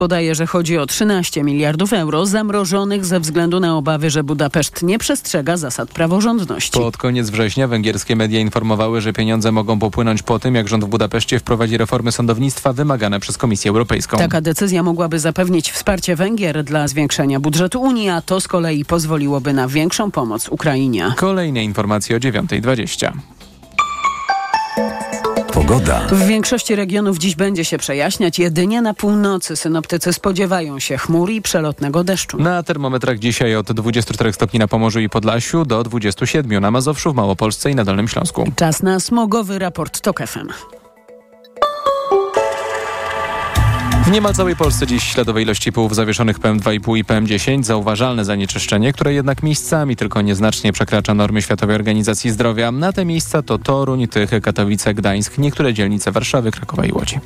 Podaje, że chodzi o 13 miliardów euro zamrożonych ze względu na obawy, że Budapeszt nie przestrzega zasad praworządności. Pod koniec września węgierskie media informowały, że pieniądze mogą popłynąć po tym, jak rząd w Budapeszcie wprowadzi reformy sądownictwa wymagane przez Komisję Europejską. Taka decyzja mogłaby zapewnić wsparcie Węgier dla zwiększenia budżetu Unii, a to z kolei pozwoliłoby na większą pomoc Ukrainie. Kolejne informacje o 9:20. Pogoda. W większości regionów dziś będzie się przejaśniać. Jedynie na północy synoptycy spodziewają się chmur i przelotnego deszczu. Na termometrach dzisiaj od 24 stopni na Pomorzu i Podlasiu do 27 na Mazowszu, w Małopolsce i na Dolnym Śląsku. Czas na smogowy raport TOK FM. W niemal całej Polsce dziś śladowe ilości pyłów zawieszonych PM2,5 i PM10. Zauważalne zanieczyszczenie, które jednak miejscami tylko nieznacznie przekracza normy Światowej Organizacji Zdrowia. Na te miejsca to Toruń, Tychy, Katowice, Gdańsk, niektóre dzielnice Warszawy, Krakowa i Łodzi.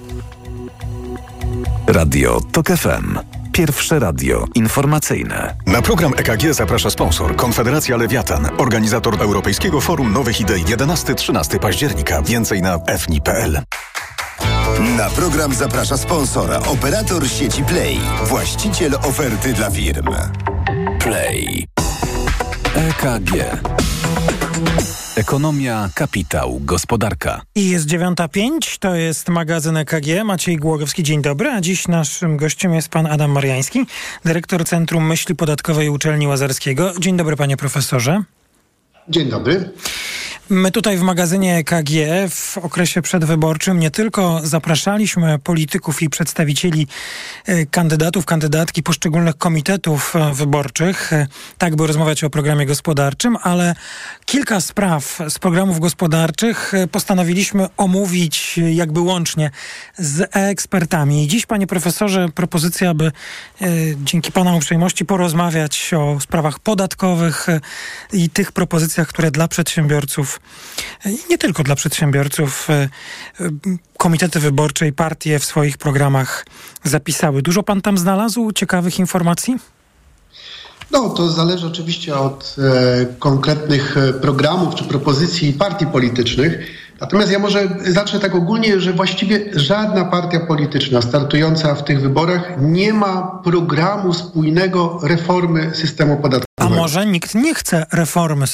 Radio TOK FM. Pierwsze radio informacyjne. Na program EKG zaprasza sponsor Konfederacja Lewiatan, organizator Europejskiego Forum Nowych Idei 11-13 października. Więcej na fni.pl. Na program zaprasza sponsora, operator sieci Play, właściciel oferty dla firm. Play. EKG. Ekonomia, kapitał, gospodarka. I jest 9:05, to jest magazyn EKG. Maciej Głogowski, dzień dobry. A dziś naszym gościem jest pan Adam Mariański, dyrektor Centrum Myśli Podatkowej Uczelni Łazarskiego. Dzień dobry, panie profesorze. Dzień dobry. My tutaj w magazynie EKG w okresie przedwyborczym nie tylko zapraszaliśmy polityków i przedstawicieli kandydatów, kandydatki poszczególnych komitetów wyborczych, tak by rozmawiać o programie gospodarczym, ale kilka spraw z programów gospodarczych postanowiliśmy omówić jakby łącznie z ekspertami. I dziś, panie profesorze, propozycja, aby dzięki pana uprzejmości porozmawiać o sprawach podatkowych i tych propozycjach, które dla przedsiębiorców i nie tylko dla przedsiębiorców komitety wyborcze i partie w swoich programach zapisały. Dużo pan tam znalazł ciekawych informacji? No, to zależy oczywiście od konkretnych programów czy propozycji partii politycznych. Natomiast ja może zacznę tak ogólnie, że właściwie żadna partia polityczna startująca w tych wyborach nie ma programu spójnego reformy systemu podatkowego. A może nikt nie chce reformy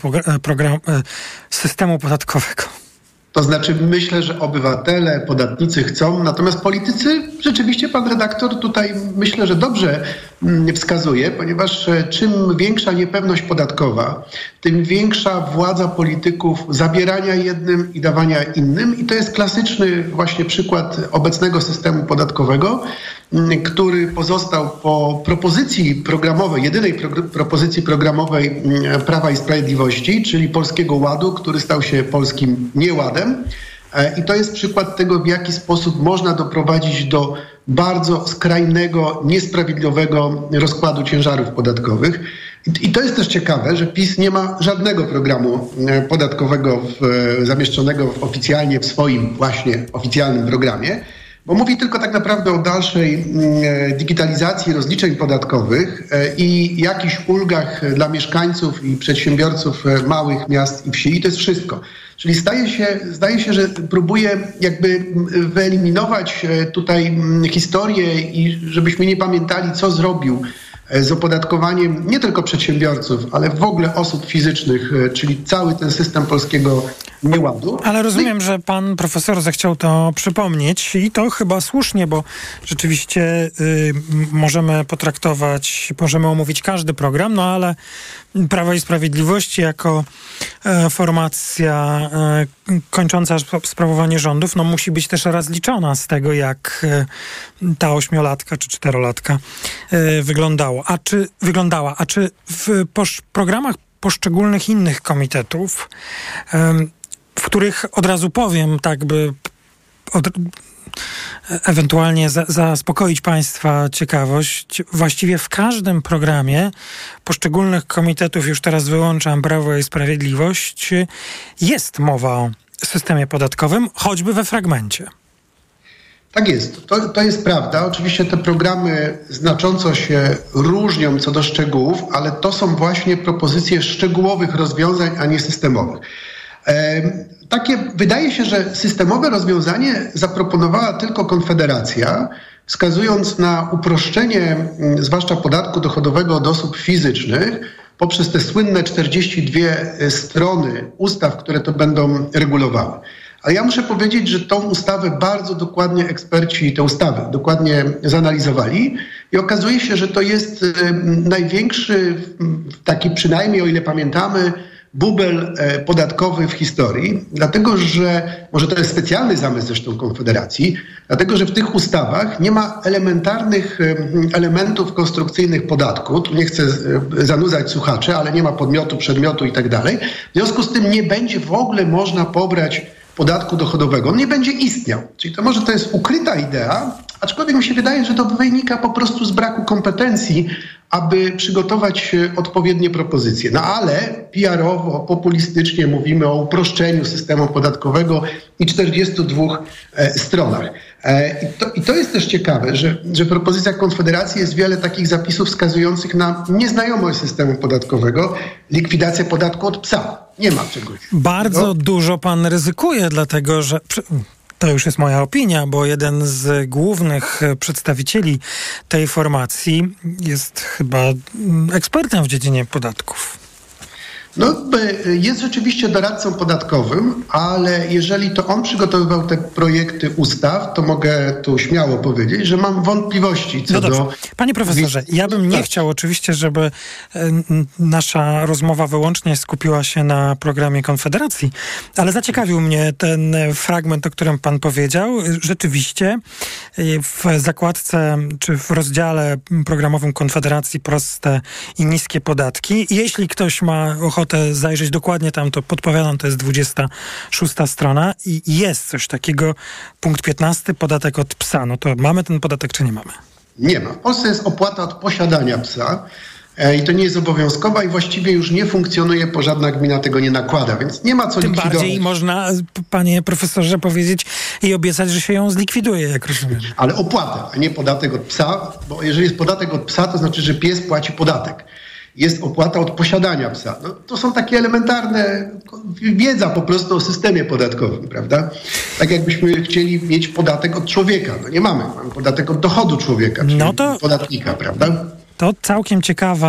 systemu podatkowego? To znaczy myślę, że obywatele, podatnicy chcą, natomiast politycy, rzeczywiście pan redaktor tutaj myślę, że dobrze wskazuje, ponieważ czym większa niepewność podatkowa, tym większa władza polityków zabierania jednym i dawania innym. I to jest klasyczny właśnie przykład obecnego systemu podatkowego, który pozostał po propozycji programowej, jedynej propozycji programowej Prawa i Sprawiedliwości, czyli Polskiego Ładu, który stał się polskim nieładem. I to jest przykład tego, w jaki sposób można doprowadzić do bardzo skrajnego, niesprawiedliwego rozkładu ciężarów podatkowych. I to jest też ciekawe, że PiS nie ma żadnego programu podatkowego zamieszczonego oficjalnie w swoim właśnie oficjalnym programie, bo mówi tylko tak naprawdę o dalszej digitalizacji rozliczeń podatkowych i jakichś ulgach dla mieszkańców i przedsiębiorców małych miast i wsi. I to jest wszystko. Czyli zdaje się, że próbuje jakby wyeliminować tutaj historię i żebyśmy nie pamiętali, co zrobił z opodatkowaniem nie tylko przedsiębiorców, ale w ogóle osób fizycznych, czyli cały ten system polskiego nieładu. Ale rozumiem, że pan profesor zechciał to przypomnieć i to chyba słusznie, bo rzeczywiście możemy omówić każdy program, no ale Prawa i Sprawiedliwości jako formacja kończąca sprawowanie rządów, no musi być też rozliczona z tego, jak ta 8-latka czy 4-latka wyglądała. A czy w programach poszczególnych innych komitetów, w których od razu powiem, tak by ewentualnie zaspokoić państwa ciekawość, właściwie w każdym programie poszczególnych komitetów, już teraz wyłączam Prawo i Sprawiedliwość, jest mowa o systemie podatkowym, choćby we fragmencie. Tak jest. To jest prawda. Oczywiście te programy znacząco się różnią co do szczegółów, ale to są właśnie propozycje szczegółowych rozwiązań, a nie systemowych. Wydaje się, że systemowe rozwiązanie zaproponowała tylko Konfederacja wskazując na uproszczenie, zwłaszcza podatku dochodowego od osób fizycznych, poprzez te słynne 42 strony ustaw, które to będą regulowały. Ale ja muszę powiedzieć, że tą ustawę bardzo dokładnie eksperci tę ustawę dokładnie zanalizowali i okazuje się, że to jest największy, taki przynajmniej o ile pamiętamy, bubel podatkowy w historii, dlatego że, może to jest specjalny zamysł zresztą Konfederacji, dlatego że w tych ustawach nie ma elementarnych elementów konstrukcyjnych podatku, tu nie chcę zanudzać słuchaczy, ale nie ma podmiotu, przedmiotu i tak dalej. W związku z tym nie będzie w ogóle można pobrać podatku dochodowego. On nie będzie istniał. Czyli to może to jest ukryta idea, aczkolwiek mi się wydaje, że to wynika po prostu z braku kompetencji, aby przygotować odpowiednie propozycje. No ale PR-owo, populistycznie mówimy o uproszczeniu systemu podatkowego i 42 stronach. I to jest też ciekawe, że w propozycjach Konfederacji jest wiele takich zapisów wskazujących na nieznajomość systemu podatkowego, likwidację podatku od psa. Nie ma czegoś. Bardzo dużo pan ryzykuje, dlatego że... To już jest moja opinia, bo jeden z głównych przedstawicieli tej formacji jest chyba ekspertem w dziedzinie podatków. No, jest rzeczywiście doradcą podatkowym, ale jeżeli to on przygotowywał te projekty ustaw, to mogę tu śmiało powiedzieć, że mam wątpliwości co do... Panie profesorze, ja bym nie chciał oczywiście, żeby nasza rozmowa wyłącznie skupiła się na programie Konfederacji, ale zaciekawił mnie ten fragment, o którym pan powiedział. Rzeczywiście w zakładce, czy w rozdziale programowym Konfederacji proste i niskie podatki. Jeśli ktoś ma ochotę zajrzeć dokładnie tam, to podpowiadam, to jest 26 strona i jest coś takiego, punkt 15, podatek od psa. No to mamy ten podatek, czy nie mamy? Nie ma. W Polsce jest opłata od posiadania psa i to nie jest obowiązkowa i właściwie już nie funkcjonuje, bo żadna gmina tego nie nakłada, więc nie ma co likwidować. Tym bardziej można, panie profesorze, powiedzieć i obiecać, że się ją zlikwiduje, jak rozumiem. Ale opłatę, a nie podatek od psa, bo jeżeli jest podatek od psa, to znaczy, że pies płaci podatek. Jest opłata od posiadania psa. No, to są takie elementarne wiedza po prostu o systemie podatkowym, prawda? Tak jakbyśmy chcieli mieć podatek od człowieka. No nie mamy. Mamy podatek od dochodu człowieka, czyli podatnika, prawda? To całkiem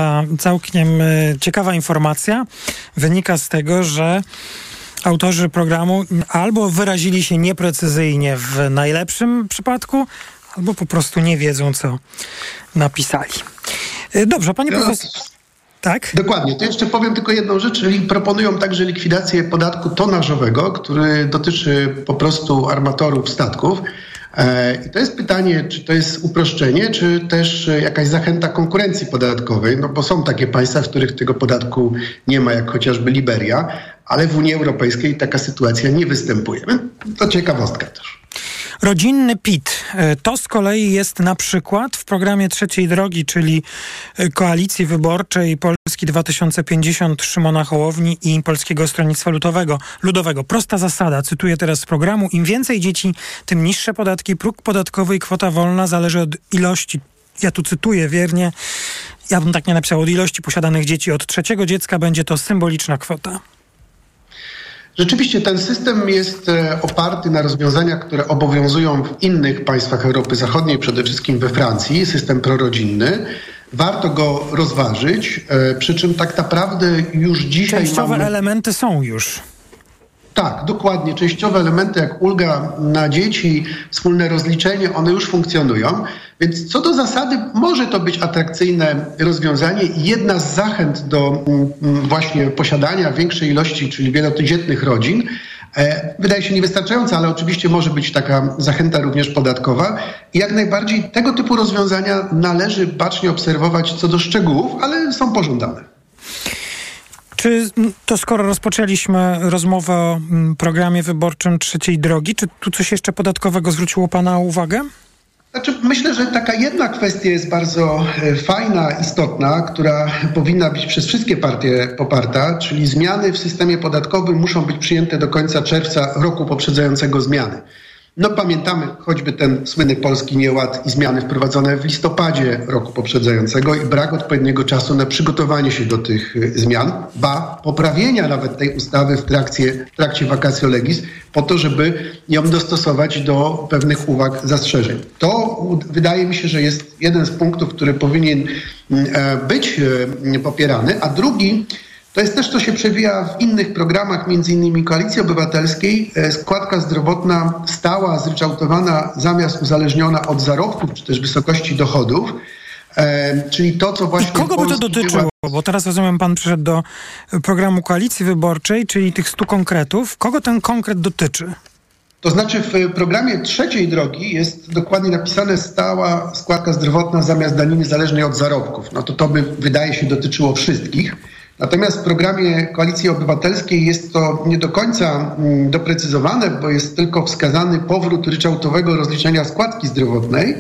ciekawa informacja. Wynika z tego, że autorzy programu albo wyrazili się nieprecyzyjnie w najlepszym przypadku, albo po prostu nie wiedzą, co napisali. Dobrze, panie profesorze. Tak? Dokładnie. To jeszcze powiem tylko jedną rzecz, czyli proponują także likwidację podatku tonażowego, który dotyczy po prostu armatorów statków. I to jest pytanie, czy to jest uproszczenie, czy też jakaś zachęta konkurencji podatkowej, no bo są takie państwa, w których tego podatku nie ma, jak chociażby Liberia, ale w Unii Europejskiej taka sytuacja nie występuje. To ciekawostka też. Rodzinny PIT. To z kolei jest na przykład w programie Trzeciej Drogi, czyli Koalicji Wyborczej Polski 2050 Szymona Hołowni i Polskiego Stronnictwa Ludowego. Prosta zasada, cytuję teraz z programu: im więcej dzieci, tym niższe podatki, próg podatkowy i kwota wolna zależy od ilości, ja tu cytuję wiernie, ja bym tak nie napisał, od ilości posiadanych dzieci. Od trzeciego dziecka będzie to symboliczna kwota. Rzeczywiście ten system jest oparty na rozwiązaniach, które obowiązują w innych państwach Europy Zachodniej, przede wszystkim we Francji, system prorodzinny. Warto go rozważyć, przy czym tak naprawdę już dzisiaj częściowe elementy są już. Tak, dokładnie. Częściowe elementy jak ulga na dzieci, wspólne rozliczenie, one już funkcjonują. Więc co do zasady może to być atrakcyjne rozwiązanie. Jedna z zachęt do właśnie posiadania większej ilości, czyli wielodzietnych rodzin, wydaje się niewystarczająca, ale oczywiście może być taka zachęta również podatkowa. I jak najbardziej tego typu rozwiązania należy bacznie obserwować co do szczegółów, ale są pożądane. Czy to skoro rozpoczęliśmy rozmowę o programie wyborczym Trzeciej Drogi, czy tu coś jeszcze podatkowego zwróciło pana uwagę? Znaczy, myślę, że taka jedna kwestia jest bardzo fajna, istotna, która powinna być przez wszystkie partie poparta, czyli zmiany w systemie podatkowym muszą być przyjęte do końca czerwca roku poprzedzającego zmiany. No pamiętamy choćby ten słynny polski nieład i zmiany wprowadzone w listopadzie roku poprzedzającego i brak odpowiedniego czasu na przygotowanie się do tych zmian, poprawienia nawet tej ustawy w trakcie vacatio legis, po to, żeby ją dostosować do pewnych uwag, zastrzeżeń. To wydaje mi się, że jest jeden z punktów, który powinien być popierany, a drugi to jest też, co się przewija w innych programach, między innymi Koalicji Obywatelskiej, składka zdrowotna stała, zryczałtowana, zamiast uzależniona od zarobków, czy też wysokości dochodów, czyli to, co właśnie... I kogo by to dotyczyło? Bo teraz, rozumiem, pan przyszedł do programu Koalicji Wyborczej, czyli tych 100 konkretów. Kogo ten konkret dotyczy? To znaczy w programie trzeciej drogi jest dokładnie napisane stała składka zdrowotna zamiast daniny zależnej od zarobków. No to by, wydaje się, dotyczyło wszystkich. Natomiast w programie Koalicji Obywatelskiej jest to nie do końca doprecyzowane, bo jest tylko wskazany powrót ryczałtowego rozliczenia składki zdrowotnej,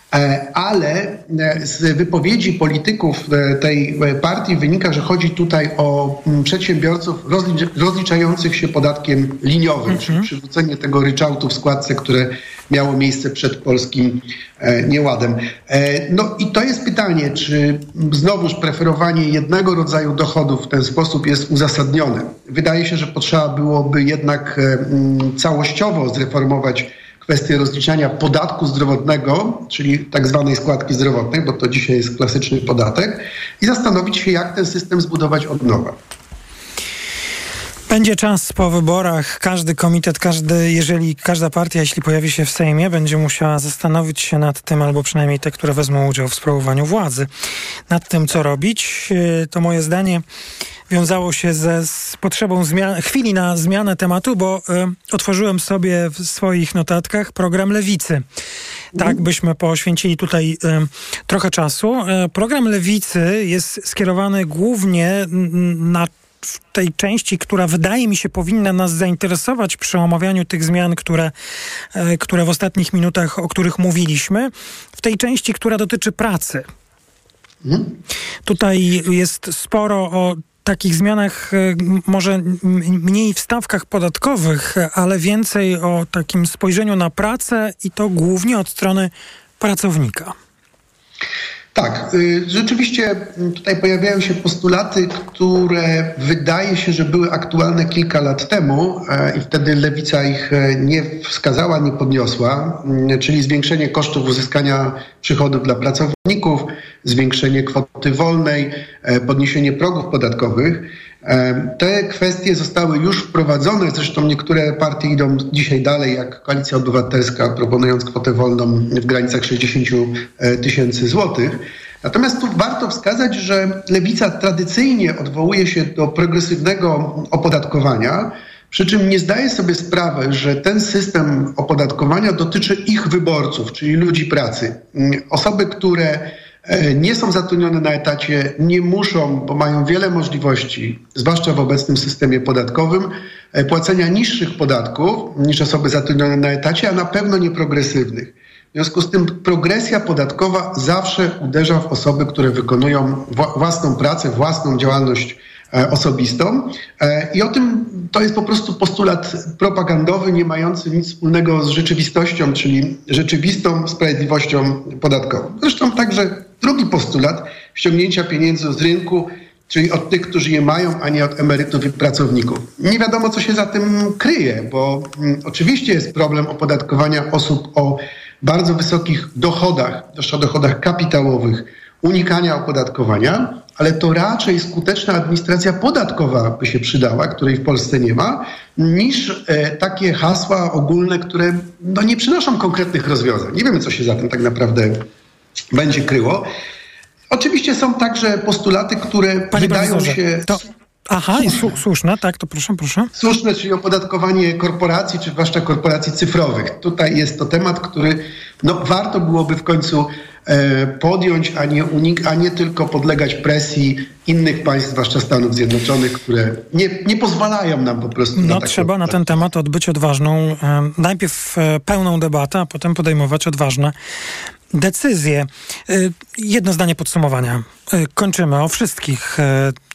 ale z wypowiedzi polityków tej partii wynika, że chodzi tutaj o przedsiębiorców rozliczających się podatkiem liniowym, czyli przywrócenie tego ryczałtu w składce, które miało miejsce przed polskim nieładem. No i to jest pytanie, czy znowuż preferowanie jednego rodzaju dochodów w ten sposób jest uzasadnione. Wydaje się, że potrzeba byłoby jednak całościowo zreformować kwestię rozliczania podatku zdrowotnego, czyli tak zwanej składki zdrowotnej, bo to dzisiaj jest klasyczny podatek, i zastanowić się, jak ten system zbudować od nowa. Będzie czas po wyborach. Każdy komitet, każda partia, jeśli pojawi się w Sejmie, będzie musiała zastanowić się nad tym, albo przynajmniej te, które wezmą udział w sprawowaniu władzy, nad tym, co robić. To moje zdanie wiązało się z potrzebą chwili na zmianę tematu, bo otworzyłem sobie w swoich notatkach program Lewicy. Tak, byśmy poświęcili tutaj trochę czasu. Program Lewicy jest skierowany głównie na w tej części, która wydaje mi się powinna nas zainteresować przy omawianiu tych zmian, które w ostatnich minutach, o których mówiliśmy, w tej części, która dotyczy pracy. Tutaj jest sporo o takich zmianach, może mniej w stawkach podatkowych, ale więcej o takim spojrzeniu na pracę i to głównie od strony pracownika. Tak, rzeczywiście tutaj pojawiają się postulaty, które wydaje się, że były aktualne kilka lat temu i wtedy Lewica ich nie wskazała, nie podniosła, czyli zwiększenie kosztów uzyskania przychodów dla pracowników, zwiększenie kwoty wolnej, podniesienie progów podatkowych. Te kwestie zostały już wprowadzone, zresztą niektóre partie idą dzisiaj dalej, jak Koalicja Obywatelska, proponując kwotę wolną w granicach 60 000 złotych. Natomiast tu warto wskazać, że Lewica tradycyjnie odwołuje się do progresywnego opodatkowania, przy czym nie zdaje sobie sprawy, że ten system opodatkowania dotyczy ich wyborców, czyli ludzi pracy. Osoby, które nie są zatrudnione na etacie, nie muszą, bo mają wiele możliwości, zwłaszcza w obecnym systemie podatkowym, płacenia niższych podatków niż osoby zatrudnione na etacie, a na pewno nie progresywnych. W związku z tym progresja podatkowa zawsze uderza w osoby, które wykonują własną pracę, własną działalność osobistą. I o tym to jest po prostu postulat propagandowy, nie mający nic wspólnego z rzeczywistością, czyli rzeczywistą sprawiedliwością podatkową. Zresztą także drugi postulat ściągnięcia pieniędzy z rynku, czyli od tych, którzy je mają, a nie od emerytów i pracowników. Nie wiadomo, co się za tym kryje, bo oczywiście jest problem opodatkowania osób o bardzo wysokich dochodach, zwłaszcza dochodach kapitałowych, unikania opodatkowania, ale to raczej skuteczna administracja podatkowa by się przydała, której w Polsce nie ma, niż takie hasła ogólne, które nie przynoszą konkretnych rozwiązań. Nie wiemy, co się za tym tak naprawdę będzie kryło. Oczywiście są także postulaty, które wydają się... Aha, jest słuszne, tak, to proszę. Słuszne, czyli opodatkowanie korporacji, czy zwłaszcza korporacji cyfrowych. Tutaj jest to temat, który warto byłoby w końcu podjąć, a nie tylko podlegać presji innych państw, zwłaszcza Stanów Zjednoczonych, które nie pozwalają nam po prostu na trzeba na ten temat odbyć odważną, najpierw pełną debatę, a potem podejmować odważne decyzje. Jedno zdanie podsumowania. Kończymy o wszystkich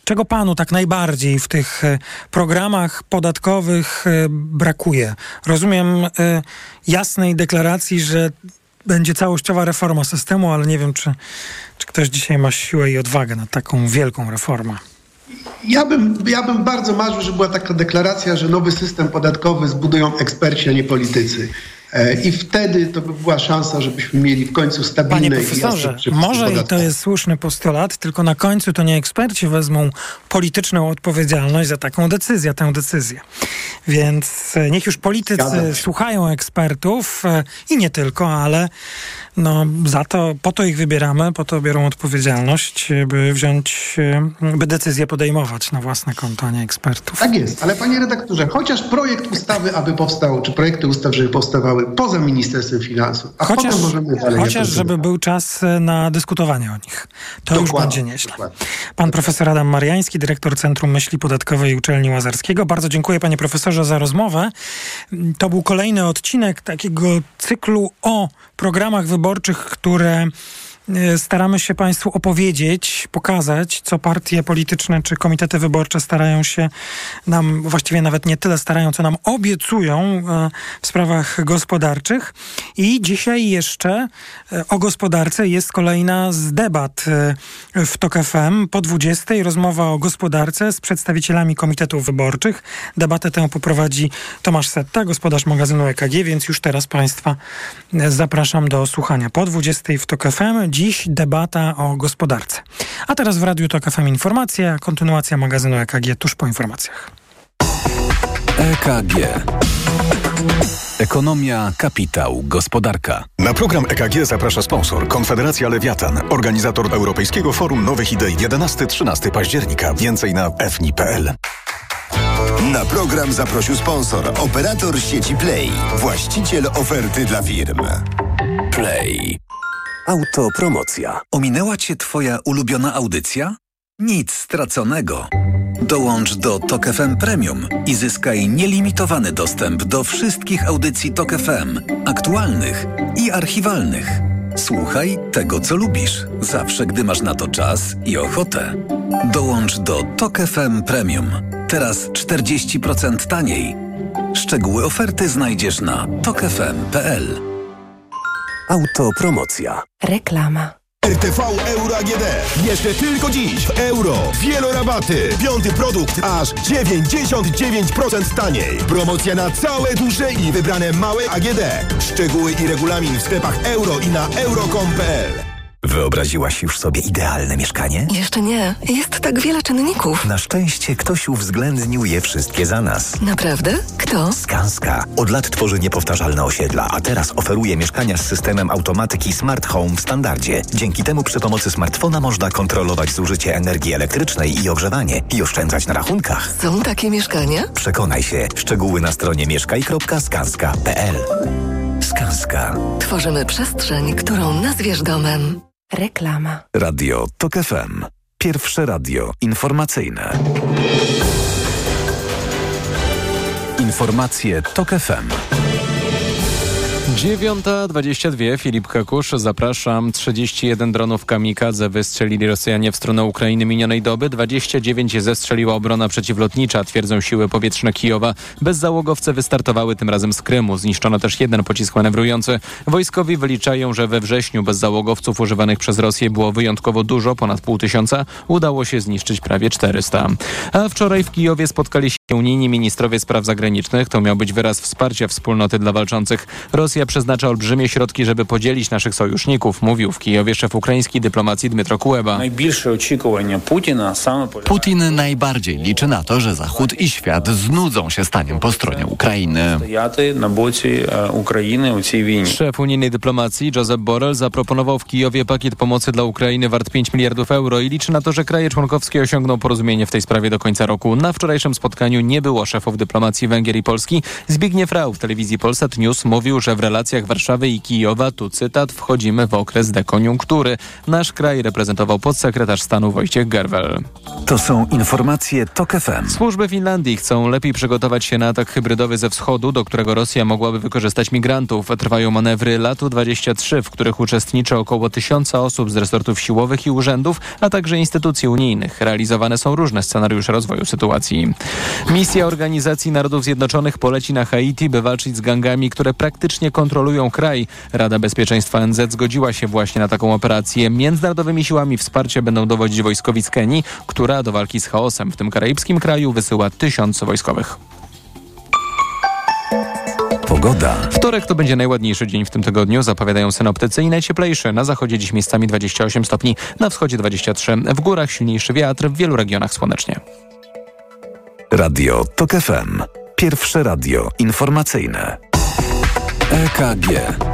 Czego panu tak najbardziej w tych programach podatkowych brakuje? Rozumiem jasnej deklaracji, że będzie całościowa reforma systemu, ale nie wiem, czy ktoś dzisiaj ma siłę i odwagę na taką wielką reformę. Ja bym bardzo marzył, żeby była taka deklaracja, że nowy system podatkowy zbudują eksperci, a nie politycy. I wtedy to by była szansa, żebyśmy mieli w końcu stabilne... Panie profesorze, może i to jest słuszny postulat, tylko na końcu to nie eksperci wezmą polityczną odpowiedzialność za taką decyzję, tę decyzję. Więc niech już politycy słuchają ekspertów i nie tylko, ale po to ich wybieramy, po to biorą odpowiedzialność, by decyzje podejmować na własne konto, a nie ekspertów. Tak jest, ale panie redaktorze, chociaż projekt ustawy, aby powstał, czy projekty ustaw, żeby powstawały poza Ministerstwem Finansów, a potem możemy dalej... Chociaż żeby był czas na dyskutowanie o nich. To już będzie nieźle. Pan profesor Adam Mariański, dyrektor Centrum Myśli Podatkowej Uczelni Łazarskiego. Bardzo dziękuję, panie profesorze, za rozmowę. To był kolejny odcinek takiego cyklu o programach wyborczych, które staramy się państwu opowiedzieć, pokazać, co partie polityczne czy komitety wyborcze starają się nam, właściwie nawet nie tyle starają, co nam obiecują w sprawach gospodarczych. I dzisiaj jeszcze o gospodarce jest kolejna z debat w TOK FM. Po 20:00 rozmowa o gospodarce z przedstawicielami komitetów wyborczych. Debatę tę poprowadzi Tomasz Setta, gospodarz magazynu EKG, więc już teraz państwa zapraszam do słuchania. Po 20:00 w TOK FM. Dziś debata o gospodarce. A teraz w Radiu TOK FM informacja, kontynuacja magazynu EKG tuż po informacjach. EKG. Ekonomia, kapitał, gospodarka. Na program EKG zaprasza sponsor Konfederacja Lewiatan, organizator Europejskiego Forum Nowych Idei 11-13 października. Więcej na fni.pl. Na program zaprosił sponsor, operator sieci Play, właściciel oferty dla firm. Play. Autopromocja. Ominęła cię twoja ulubiona audycja? Nic straconego. Dołącz do TOK FM Premium i zyskaj nielimitowany dostęp do wszystkich audycji TOK FM, aktualnych i archiwalnych. Słuchaj tego, co lubisz, zawsze gdy masz na to czas i ochotę. Dołącz do TOK FM Premium. Teraz 40% taniej. Szczegóły oferty znajdziesz na tokfm.pl. Autopromocja. Reklama. RTV Euro AGD. Jeszcze tylko dziś w euro. Wielorabaty. 5. produkt aż 99% taniej. Promocja na całe duże i wybrane małe AGD. Szczegóły i regulamin w sklepach euro i na euro.com.pl. Wyobraziłaś już sobie idealne mieszkanie? Jeszcze nie. Jest tak wiele czynników. Na szczęście ktoś uwzględnił je wszystkie za nas. Naprawdę? Kto? Skanska. Od lat tworzy niepowtarzalne osiedla, a teraz oferuje mieszkania z systemem automatyki Smart Home w standardzie. Dzięki temu przy pomocy smartfona można kontrolować zużycie energii elektrycznej i ogrzewanie i oszczędzać na rachunkach. Są takie mieszkania? Przekonaj się. Szczegóły na stronie mieszkaj.skanska.pl. Skanska. Tworzymy przestrzeń, którą nazwiesz domem. Reklama. Radio TOK FM. Pierwsze radio informacyjne. Informacje TOK FM. 9:22. Filip Kakusz, zapraszam. 31 dronów kamikadze wystrzelili Rosjanie w stronę Ukrainy minionej doby. 29 zestrzeliła obrona przeciwlotnicza, twierdzą siły powietrzne Kijowa. Bezzałogowce wystartowały tym razem z Krymu. Zniszczono też jeden pocisk manewrujący. Wojskowi wyliczają, że we wrześniu bezzałogowców używanych przez Rosję było wyjątkowo dużo, ponad 500. Udało się zniszczyć prawie 400. A wczoraj w Kijowie spotkali się unijni ministrowie spraw zagranicznych. To miał być wyraz wsparcia wspólnoty dla walczących. Rosja przeznacza olbrzymie środki, żeby podzielić naszych sojuszników, mówił w Kijowie szef ukraińskiej dyplomacji Dmytro Kuleba. Putin najbardziej liczy na to, że Zachód i świat znudzą się staniem po stronie Ukrainy. Szef unijnej dyplomacji Josep Borrell zaproponował w Kijowie pakiet pomocy dla Ukrainy wart 5 miliardów euro i liczy na to, że kraje członkowskie osiągną porozumienie w tej sprawie do końca roku. Na wczorajszym spotkaniu spotkaniu nie było szefów dyplomacji Węgier i Polski. Zbigniew Rau w telewizji Polsat News mówił, że w relacjach Warszawy i Kijowa, tu cytat, wchodzimy w okres dekoniunktury. Nasz kraj reprezentował podsekretarz stanu Wojciech Gerwel. To są informacje TOK FM. Służby Finlandii chcą lepiej przygotować się na atak hybrydowy ze wschodu, do którego Rosja mogłaby wykorzystać migrantów. Trwają manewry Latu 23, w których uczestniczy około 1000 osób z resortów siłowych i urzędów, a także instytucji unijnych. Realizowane są różne scenariusze rozwoju sytuacji. Misja Organizacji Narodów Zjednoczonych poleci na Haiti, by walczyć z gangami, które praktycznie kontrolują kraj. Rada Bezpieczeństwa NZ zgodziła się właśnie na taką operację. Międzynarodowymi siłami wsparcia będą dowodzić wojskowi z Kenii, która do walki z chaosem w tym karaibskim kraju wysyła 1000 wojskowych. Pogoda. Wtorek to będzie najładniejszy dzień w tym tygodniu, zapowiadają synoptycy, i najcieplejszy. Na zachodzie dziś miejscami 28 stopni, na wschodzie 23. W górach silniejszy wiatr, w wielu regionach słonecznie. Radio TOK FM. Pierwsze radio informacyjne. EKG.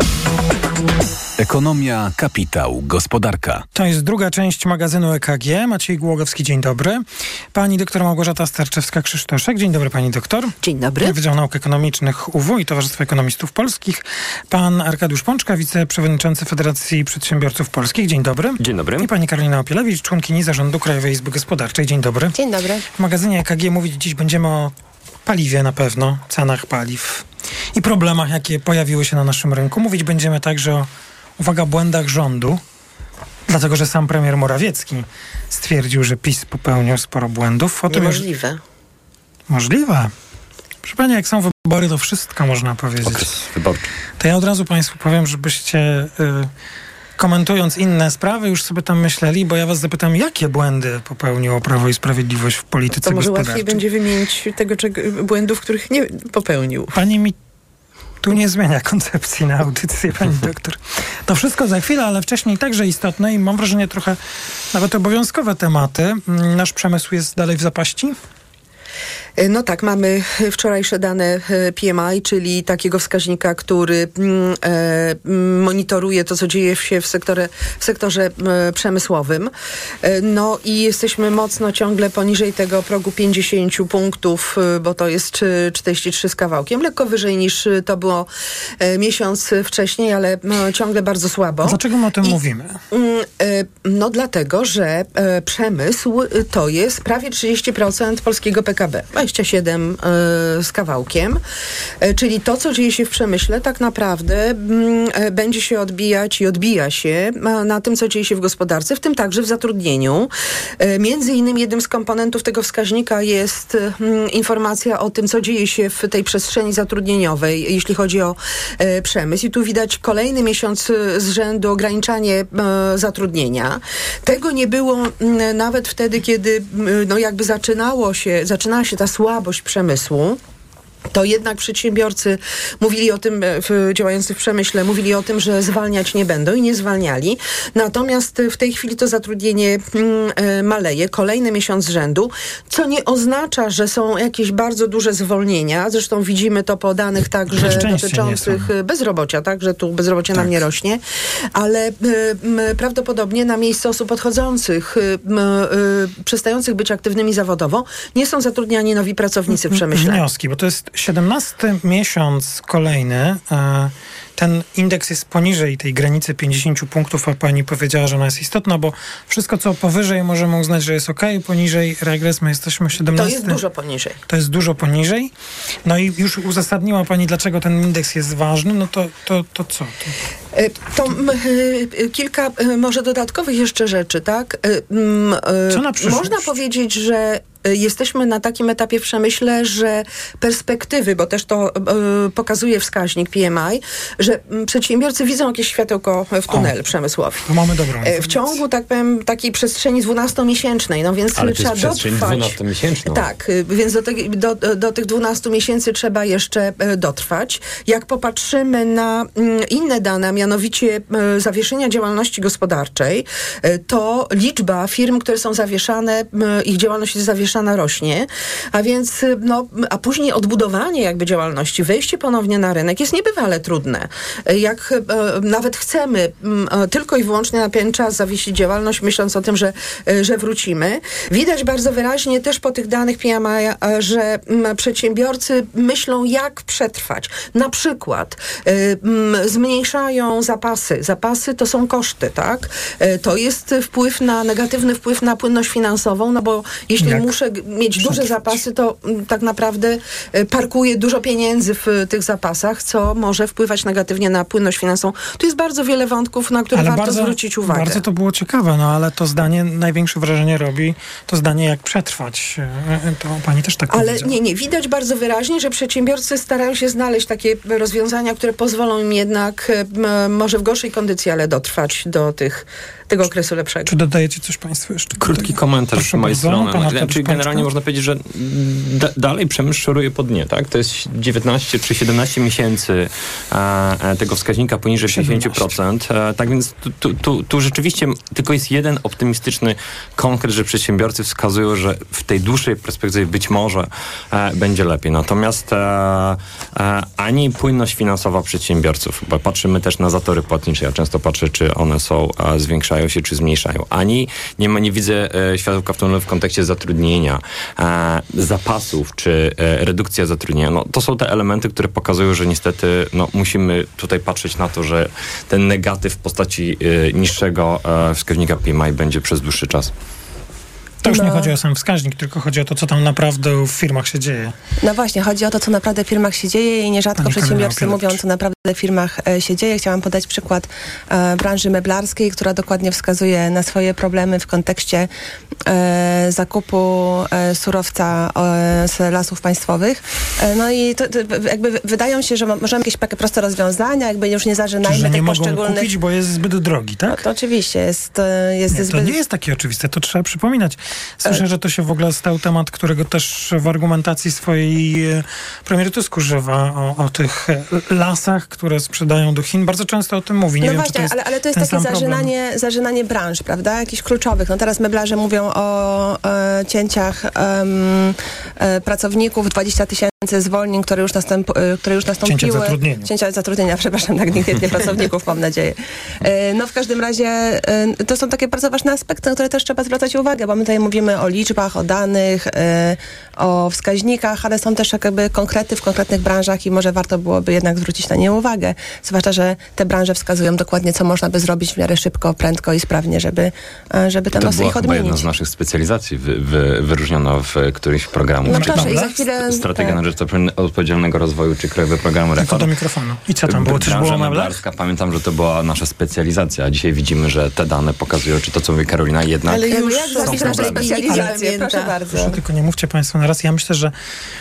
Ekonomia, kapitał, gospodarka. To jest druga część magazynu EKG. Maciej Głogowski, dzień dobry. Pani doktor Małgorzata Starczewska-Krzysztoszek. Dzień dobry, pani doktor. Dzień dobry. Wydział Nauk Ekonomicznych UW i Towarzystwa Ekonomistów Polskich. Pan Arkadiusz Pączka, wiceprzewodniczący Federacji Przedsiębiorców Polskich. Dzień dobry. Dzień dobry. I pani Karolina Opielewicz, członkini Zarządu Krajowej Izby Gospodarczej. Dzień dobry. Dzień dobry. W magazynie EKG mówić dziś będziemy o paliwie na pewno, cenach paliw i problemach, jakie pojawiły się na naszym rynku. Mówić będziemy także o, uwaga, błędach rządu, dlatego że sam premier Morawiecki stwierdził, że PiS popełnił sporo błędów. Niemożliwe. Możliwe. Proszę pani, jak są wybory, to wszystko można powiedzieć. Okres wyborczy. To ja od razu państwu powiem, żebyście komentując inne sprawy już sobie tam myśleli, bo ja was zapytam, jakie błędy popełniło Prawo i Sprawiedliwość w polityce gospodarczej. To może łatwiej będzie wymienić błędów, których nie popełnił. Pani mi tu nie zmienia koncepcji na audycję, pani doktor. To wszystko za chwilę, ale wcześniej także istotne i mam wrażenie trochę nawet obowiązkowe tematy. Nasz przemysł jest dalej w zapaści? No tak, mamy wczorajsze dane PMI, czyli takiego wskaźnika, który monitoruje to, co dzieje się w sektorze przemysłowym. No i jesteśmy mocno ciągle poniżej tego progu 50 punktów, bo to jest 43 z kawałkiem. Lekko wyżej niż to było miesiąc wcześniej, ale ciągle bardzo słabo. A dlaczego my o tym mówimy? No dlatego, że przemysł to jest prawie 30% polskiego PKB. 27 z kawałkiem. Czyli to, co dzieje się w przemyśle, tak naprawdę będzie się odbijać i odbija się na tym, co dzieje się w gospodarce, w tym także w zatrudnieniu. Między innymi jednym z komponentów tego wskaźnika jest informacja o tym, co dzieje się w tej przestrzeni zatrudnieniowej, jeśli chodzi o przemysł. I tu widać kolejny miesiąc z rzędu ograniczanie zatrudnienia. Tego nie było nawet wtedy, kiedy no jakby zaczynała się ta słabość przemysłu. To jednak przedsiębiorcy mówili o tym, działający w przemyśle, mówili o tym, że zwalniać nie będą i nie zwalniali. Natomiast w tej chwili to zatrudnienie maleje, kolejny miesiąc z rzędu, co nie oznacza, że są jakieś bardzo duże zwolnienia. Zresztą widzimy to po danych także dotyczących bezrobocia, tak, że tu bezrobocie nam nie rośnie, ale prawdopodobnie na miejsce osób odchodzących, przestających być aktywnymi zawodowo, nie są zatrudniani nowi pracownicy w przemyśle. Wnioski, bo to jest 17 miesiąc kolejny. Ten indeks jest poniżej tej granicy 50 punktów, a pani powiedziała, że ona jest istotna, bo wszystko, co powyżej, możemy uznać, że jest okej, poniżej regres, my jesteśmy 17. To jest dużo poniżej. To jest dużo poniżej. No i już uzasadniła pani, dlaczego ten indeks jest ważny, no to co? Kilka może dodatkowych jeszcze rzeczy, tak? Co na przyszłość? Można powiedzieć, że jesteśmy na takim etapie w przemyśle, że perspektywy, bo też to pokazuje wskaźnik PMI, że przedsiębiorcy widzą jakieś światełko w tunelu przemysłowym. Mamy dobrą informację. W ciągu, tak powiem, takiej przestrzeni 12-miesięcznej, no więc ale trzeba dotrwać. 12-miesięczną. Tak, więc do tych 12 miesięcy trzeba jeszcze dotrwać. Jak popatrzymy na inne dane, a mianowicie zawieszenia działalności gospodarczej, to liczba firm, które są zawieszane, ich działalność jest zawieszana, rośnie, a więc a później odbudowanie jakby działalności, wejście ponownie na rynek jest niebywale trudne. Jak nawet chcemy tylko i wyłącznie na pewien czas zawiesić działalność, myśląc o tym, że wrócimy. Widać bardzo wyraźnie też po tych danych PMI, że przedsiębiorcy myślą, jak przetrwać. Na przykład zmniejszają zapasy. Zapasy to są koszty, tak? To jest negatywny wpływ na płynność finansową, no bo jeśli muszę mieć duże zapasy, to tak naprawdę parkuję dużo pieniędzy w tych zapasach, co może wpływać negatywnie na płynność finansową. Tu jest bardzo wiele wątków, na które warto zwrócić uwagę. Bardzo to było ciekawe, no ale to zdanie największe wrażenie robi, to zdanie jak przetrwać. To pani też tak powiedziała. Ale nie. Widać bardzo wyraźnie, że przedsiębiorcy starają się znaleźć takie rozwiązania, które pozwolą im jednak może w gorszej kondycji, ale dotrwać do tego okresu lepszego. Czy dodajecie coś państwo jeszcze? Krótki komentarz z mojej strony. Czyli generalnie można powiedzieć, że dalej przemysł szoruje po dnie, tak? To jest 19 czy 17 miesięcy tego wskaźnika poniżej 60%. Tak więc tu rzeczywiście tylko jest jeden optymistyczny konkret, że przedsiębiorcy wskazują, że w tej dłuższej perspektywie być może będzie lepiej. Natomiast ani płynność finansowa przedsiębiorców, bo patrzymy też na zatory płatnicze. Ja często patrzę, czy one zwiększają się, czy zmniejszają. Ani nie widzę światełka w tunelu w kontekście zatrudnienia, zapasów, czy redukcja zatrudnienia. No, to są te elementy, które pokazują, że niestety musimy tutaj patrzeć na to, że ten negatyw w postaci niższego wskaźnika PMI będzie przez dłuższy czas. To już nie chodzi o sam wskaźnik, tylko chodzi o to, co tam naprawdę w firmach się dzieje. No właśnie, chodzi o to, co naprawdę w firmach się dzieje i nierzadko przedsiębiorcy mówią, co naprawdę w firmach się dzieje. Chciałam podać przykład branży meblarskiej, która dokładnie wskazuje na swoje problemy w kontekście zakupu surowca z Lasów Państwowych. No i to jakby wydają się, że możemy jakieś takie proste rozwiązania, jakby już nie zażynajmy tych poszczególnych... Mogą kupić, bo jest zbyt drogi, tak? No, to oczywiście jest zbyt... To nie jest takie oczywiste, to trzeba przypominać. Słyszę, że to się w ogóle stał temat, którego też w argumentacji swojej premier Tusk używa, o tych lasach, które sprzedają do Chin. Bardzo często o tym mówi. Nie wiem, właśnie, ale to jest takie zażynanie branż, prawda? Jakichś kluczowych. No teraz meblarze mówią o cięciach pracowników, 20 000 zwolnień, które już nastąpiły. Cięcia zatrudnienia, przepraszam, tak, nie pracowników, mam nadzieję. No w każdym razie to są takie bardzo ważne aspekty, na które też trzeba zwracać uwagę, bo my tutaj mówimy o liczbach, o danych, o wskaźnikach, ale są też jakby konkrety w konkretnych branżach i może warto byłoby jednak zwrócić na nie uwagę. Zwłaszcza, że te branże wskazują dokładnie, co można by zrobić w miarę szybko, prędko i sprawnie, żeby ten los ich odmienić. To była jedna z naszych specjalizacji wyróżniona w którymś programu. No proszę, i za chwilę... Strategia na rzecz odpowiedzialnego rozwoju, czy krajowy program reform. Tylko do mikrofonu. I co tam było? Też było meblarska. Pamiętam, że to była nasza specjalizacja, a dzisiaj widzimy, że te dane pokazują, czy to, co mówi Karolina, jednak... Ale już jak naszej specjalizację, proszę bardzo. Proszę, tylko nie mówcie państwo na raz. Ja myślę, że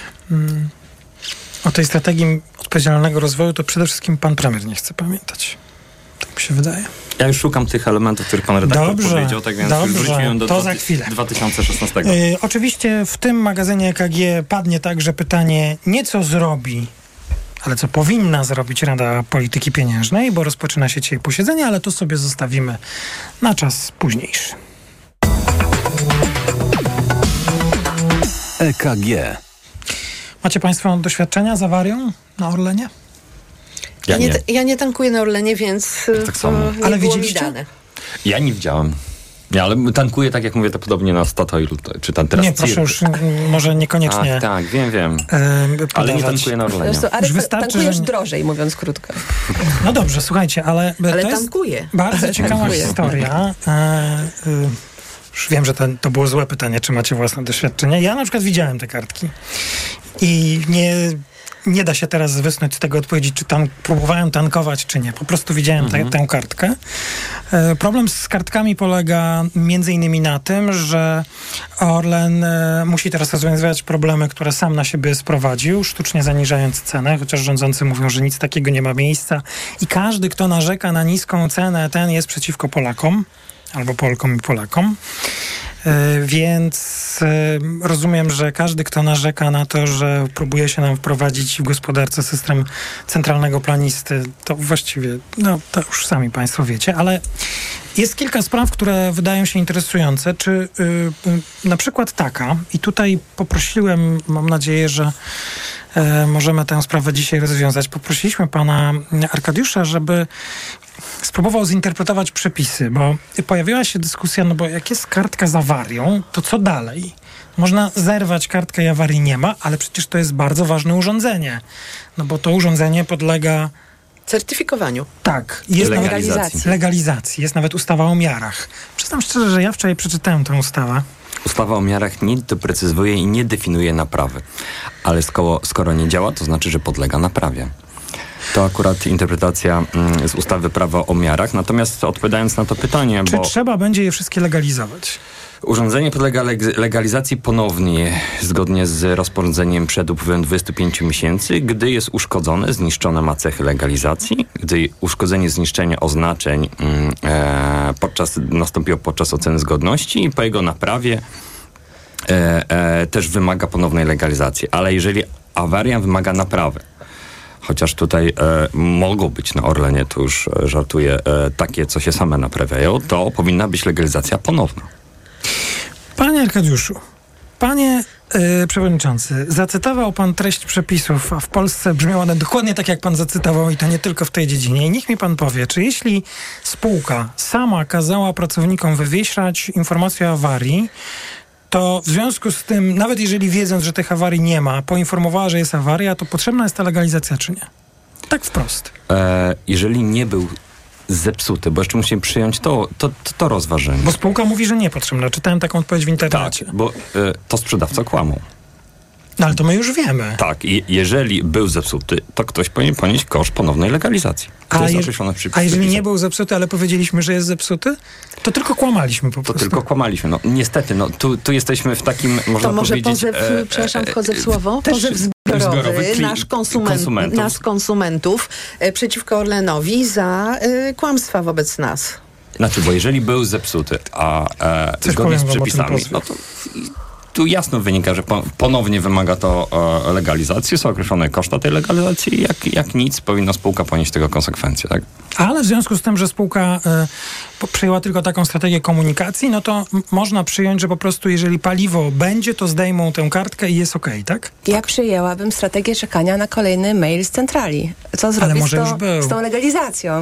o tej strategii odpowiedzialnego rozwoju to przede wszystkim pan premier nie chce pamiętać. Tak mi się wydaje. Ja już szukam tych elementów, których pan redaktor powiedział, tak więc wróciłem do 2016. Oczywiście w tym magazynie EKG padnie także pytanie nie co zrobi, ale co powinna zrobić Rada Polityki Pieniężnej, bo rozpoczyna się dzisiaj posiedzenie, ale to sobie zostawimy na czas późniejszy. EKG. Macie państwo doświadczenia z awarią na Orlenie? Ja nie tankuję na Orlenie, więc tak samo. Ale widzieliście? Ja nie widziałem. Ja, ale tankuję, tak jak mówię, to podobnie na Statoilu, czy tam teraz. Nie, proszę już, może niekoniecznie. Tak, wiem. Ale nie tankuję na Orlenie. Ale tankujesz drożej, mówiąc krótko. No dobrze, słuchajcie, ale to tankuję. Jest bardzo ciekawa historia. Już wiem, że to było złe pytanie, czy macie własne doświadczenie. Ja na przykład widziałem te kartki i nie da się teraz wysnuć z tego odpowiedzi, czy próbowałem tankować, czy nie. Po prostu widziałem tę kartkę. Problem z kartkami polega między innymi na tym, że Orlen musi teraz rozwiązywać problemy, które sam na siebie sprowadził, sztucznie zaniżając cenę, chociaż rządzący mówią, że nic takiego nie ma miejsca i każdy, kto narzeka na niską cenę, ten jest przeciwko Polakom. Albo Polkom i Polakom. Więc rozumiem, że każdy, kto narzeka na to, że próbuje się nam wprowadzić w gospodarce system centralnego planisty, to właściwie, to już sami państwo wiecie, ale jest kilka spraw, które wydają się interesujące. Czy na przykład taka, i tutaj poprosiłem, mam nadzieję, że możemy tę sprawę dzisiaj rozwiązać. Poprosiliśmy pana Arkadiusza, żeby spróbował zinterpretować przepisy, bo pojawiła się dyskusja, bo jak jest kartka z awarią, to co dalej? Można zerwać kartkę i awarii nie ma, ale przecież to jest bardzo ważne urządzenie, bo to urządzenie podlega certyfikowaniu. Tak. Jest legalizacji. Jest nawet ustawa o miarach. Przyznam szczerze, że ja wczoraj przeczytałem tę ustawę. Ustawa o miarach nie doprecyzowuje i nie definiuje naprawy. Ale skoro nie działa, to znaczy, że podlega naprawie. To akurat interpretacja z ustawy prawa o miarach. Natomiast odpowiadając na to pytanie, Czy trzeba będzie je wszystkie legalizować? Urządzenie podlega legalizacji ponownie, zgodnie z rozporządzeniem przed upływem 25 miesięcy, gdy jest uszkodzone, zniszczone ma cechy legalizacji, gdy uszkodzenie, zniszczenie oznaczeń nastąpiło podczas oceny zgodności i po jego naprawie też wymaga ponownej legalizacji. Ale jeżeli awaria wymaga naprawy, chociaż tutaj mogą być na Orlenie, to już żartuję, takie, co się same naprawiają, to powinna być legalizacja ponowna. Panie Arkadiuszu, panie przewodniczący, zacytował pan treść przepisów, a w Polsce brzmiała one dokładnie tak, jak pan zacytował i to nie tylko w tej dziedzinie. I niech mi pan powie, czy jeśli spółka sama kazała pracownikom wywieszać informację o awarii, to w związku z tym, nawet jeżeli wiedząc, że tych awarii nie ma, poinformowała, że jest awaria, to potrzebna jest ta legalizacja, czy nie? Tak wprost. Jeżeli nie był zepsuty, bo jeszcze musimy przyjąć to rozważenie. Bo spółka mówi, że nie potrzebna. Czytałem taką odpowiedź w internecie. Tak, bo to sprzedawca kłamał. No ale to my już wiemy. Tak, i jeżeli był zepsuty, to ktoś powinien ponieść koszt ponownej legalizacji. A jeżeli nie był zepsuty, ale powiedzieliśmy, że jest zepsuty, to tylko kłamaliśmy po prostu. To tylko kłamaliśmy. No niestety, tu jesteśmy w takim, można to może powiedzieć... przepraszam, wchodzę w słowo. Pozew zbiorowy nasz konsumentów przeciwko Orlenowi za kłamstwa wobec nas. Znaczy, bo jeżeli był zepsuty, a zgodnie z przepisami, no to... Tu jasno wynika, że ponownie wymaga to legalizacji, są określone koszta tej legalizacji i jak nic powinna spółka ponieść tego konsekwencje, tak? Ale w związku z tym, że spółka przyjęła tylko taką strategię komunikacji, no to można przyjąć, że po prostu jeżeli paliwo będzie, to zdejmą tę kartkę i jest okej, tak? Ja przyjęłabym strategię czekania na kolejny mail z centrali. Co zrobić z tą legalizacją?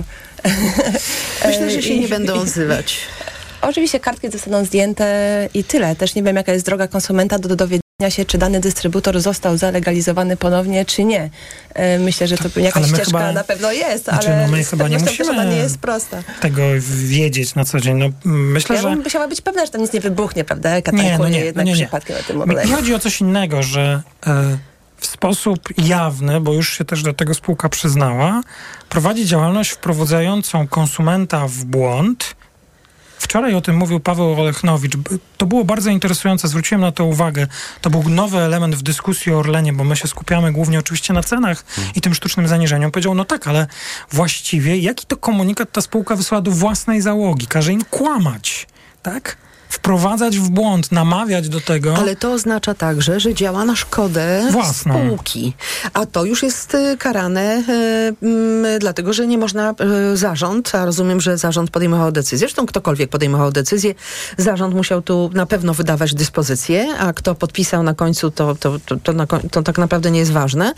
Myślę, że się nie będą odzywać. Oczywiście kartki zostaną zdjęte i tyle. Też nie wiem, jaka jest droga konsumenta do dowiedzenia się, czy dany dystrybutor został zalegalizowany ponownie, czy nie. Myślę, że to jakaś ścieżka na pewno jest, ale my chyba nie musimy ona nie jest prosta. Tego wiedzieć na co dzień. No, myślę, że... Ja bym musiała być pewna, że tam nic nie wybuchnie, prawda? Nie. Przypadkiem na tym modele. Mi chodzi o coś innego, że w sposób jawny, bo już się też do tego spółka przyznała, prowadzi działalność wprowadzającą konsumenta w błąd. Wczoraj o tym mówił Paweł Olechnowicz. To było bardzo interesujące, zwróciłem na to uwagę. To był nowy element w dyskusji o Orlenie, bo my się skupiamy głównie oczywiście na cenach i tym sztucznym zaniżeniu. Powiedział, no tak, ale właściwie jaki to komunikat ta spółka wysłała do własnej załogi? Każe im kłamać, tak? Wprowadzać w błąd, namawiać do tego. Ale to oznacza także, że działa na szkodę spółki. A to już jest karane, dlatego, że nie można zarząd, a rozumiem, że zarząd podejmował decyzję. Zresztą ktokolwiek podejmował decyzję, zarząd musiał tu na pewno wydawać dyspozycje, a kto podpisał na końcu, to tak naprawdę nie jest ważne.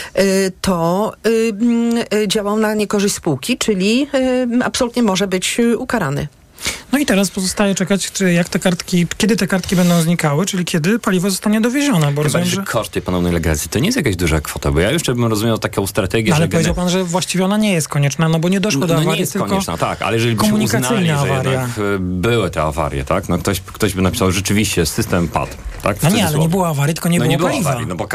To działał na niekorzyść spółki, czyli absolutnie może być ukarany. No i teraz pozostaje czekać, kiedy te kartki będą znikały, czyli kiedy paliwo zostanie dowiezione. Bo rozumiem, że koszt tej ponownej legalizacji to nie jest jakaś duża kwota, bo ja jeszcze bym rozumiał taką strategię, ale powiedział pan, że właściwie ona nie jest konieczna, no bo nie doszło do awarii, nie jest konieczna, tak, ale jeżeli byśmy uznali, że jednak były te awarie, tak, no ktoś by napisał, rzeczywiście system padł, tak? No nie, ale nie było awarii, tylko nie było paliwa. Awarii, no bo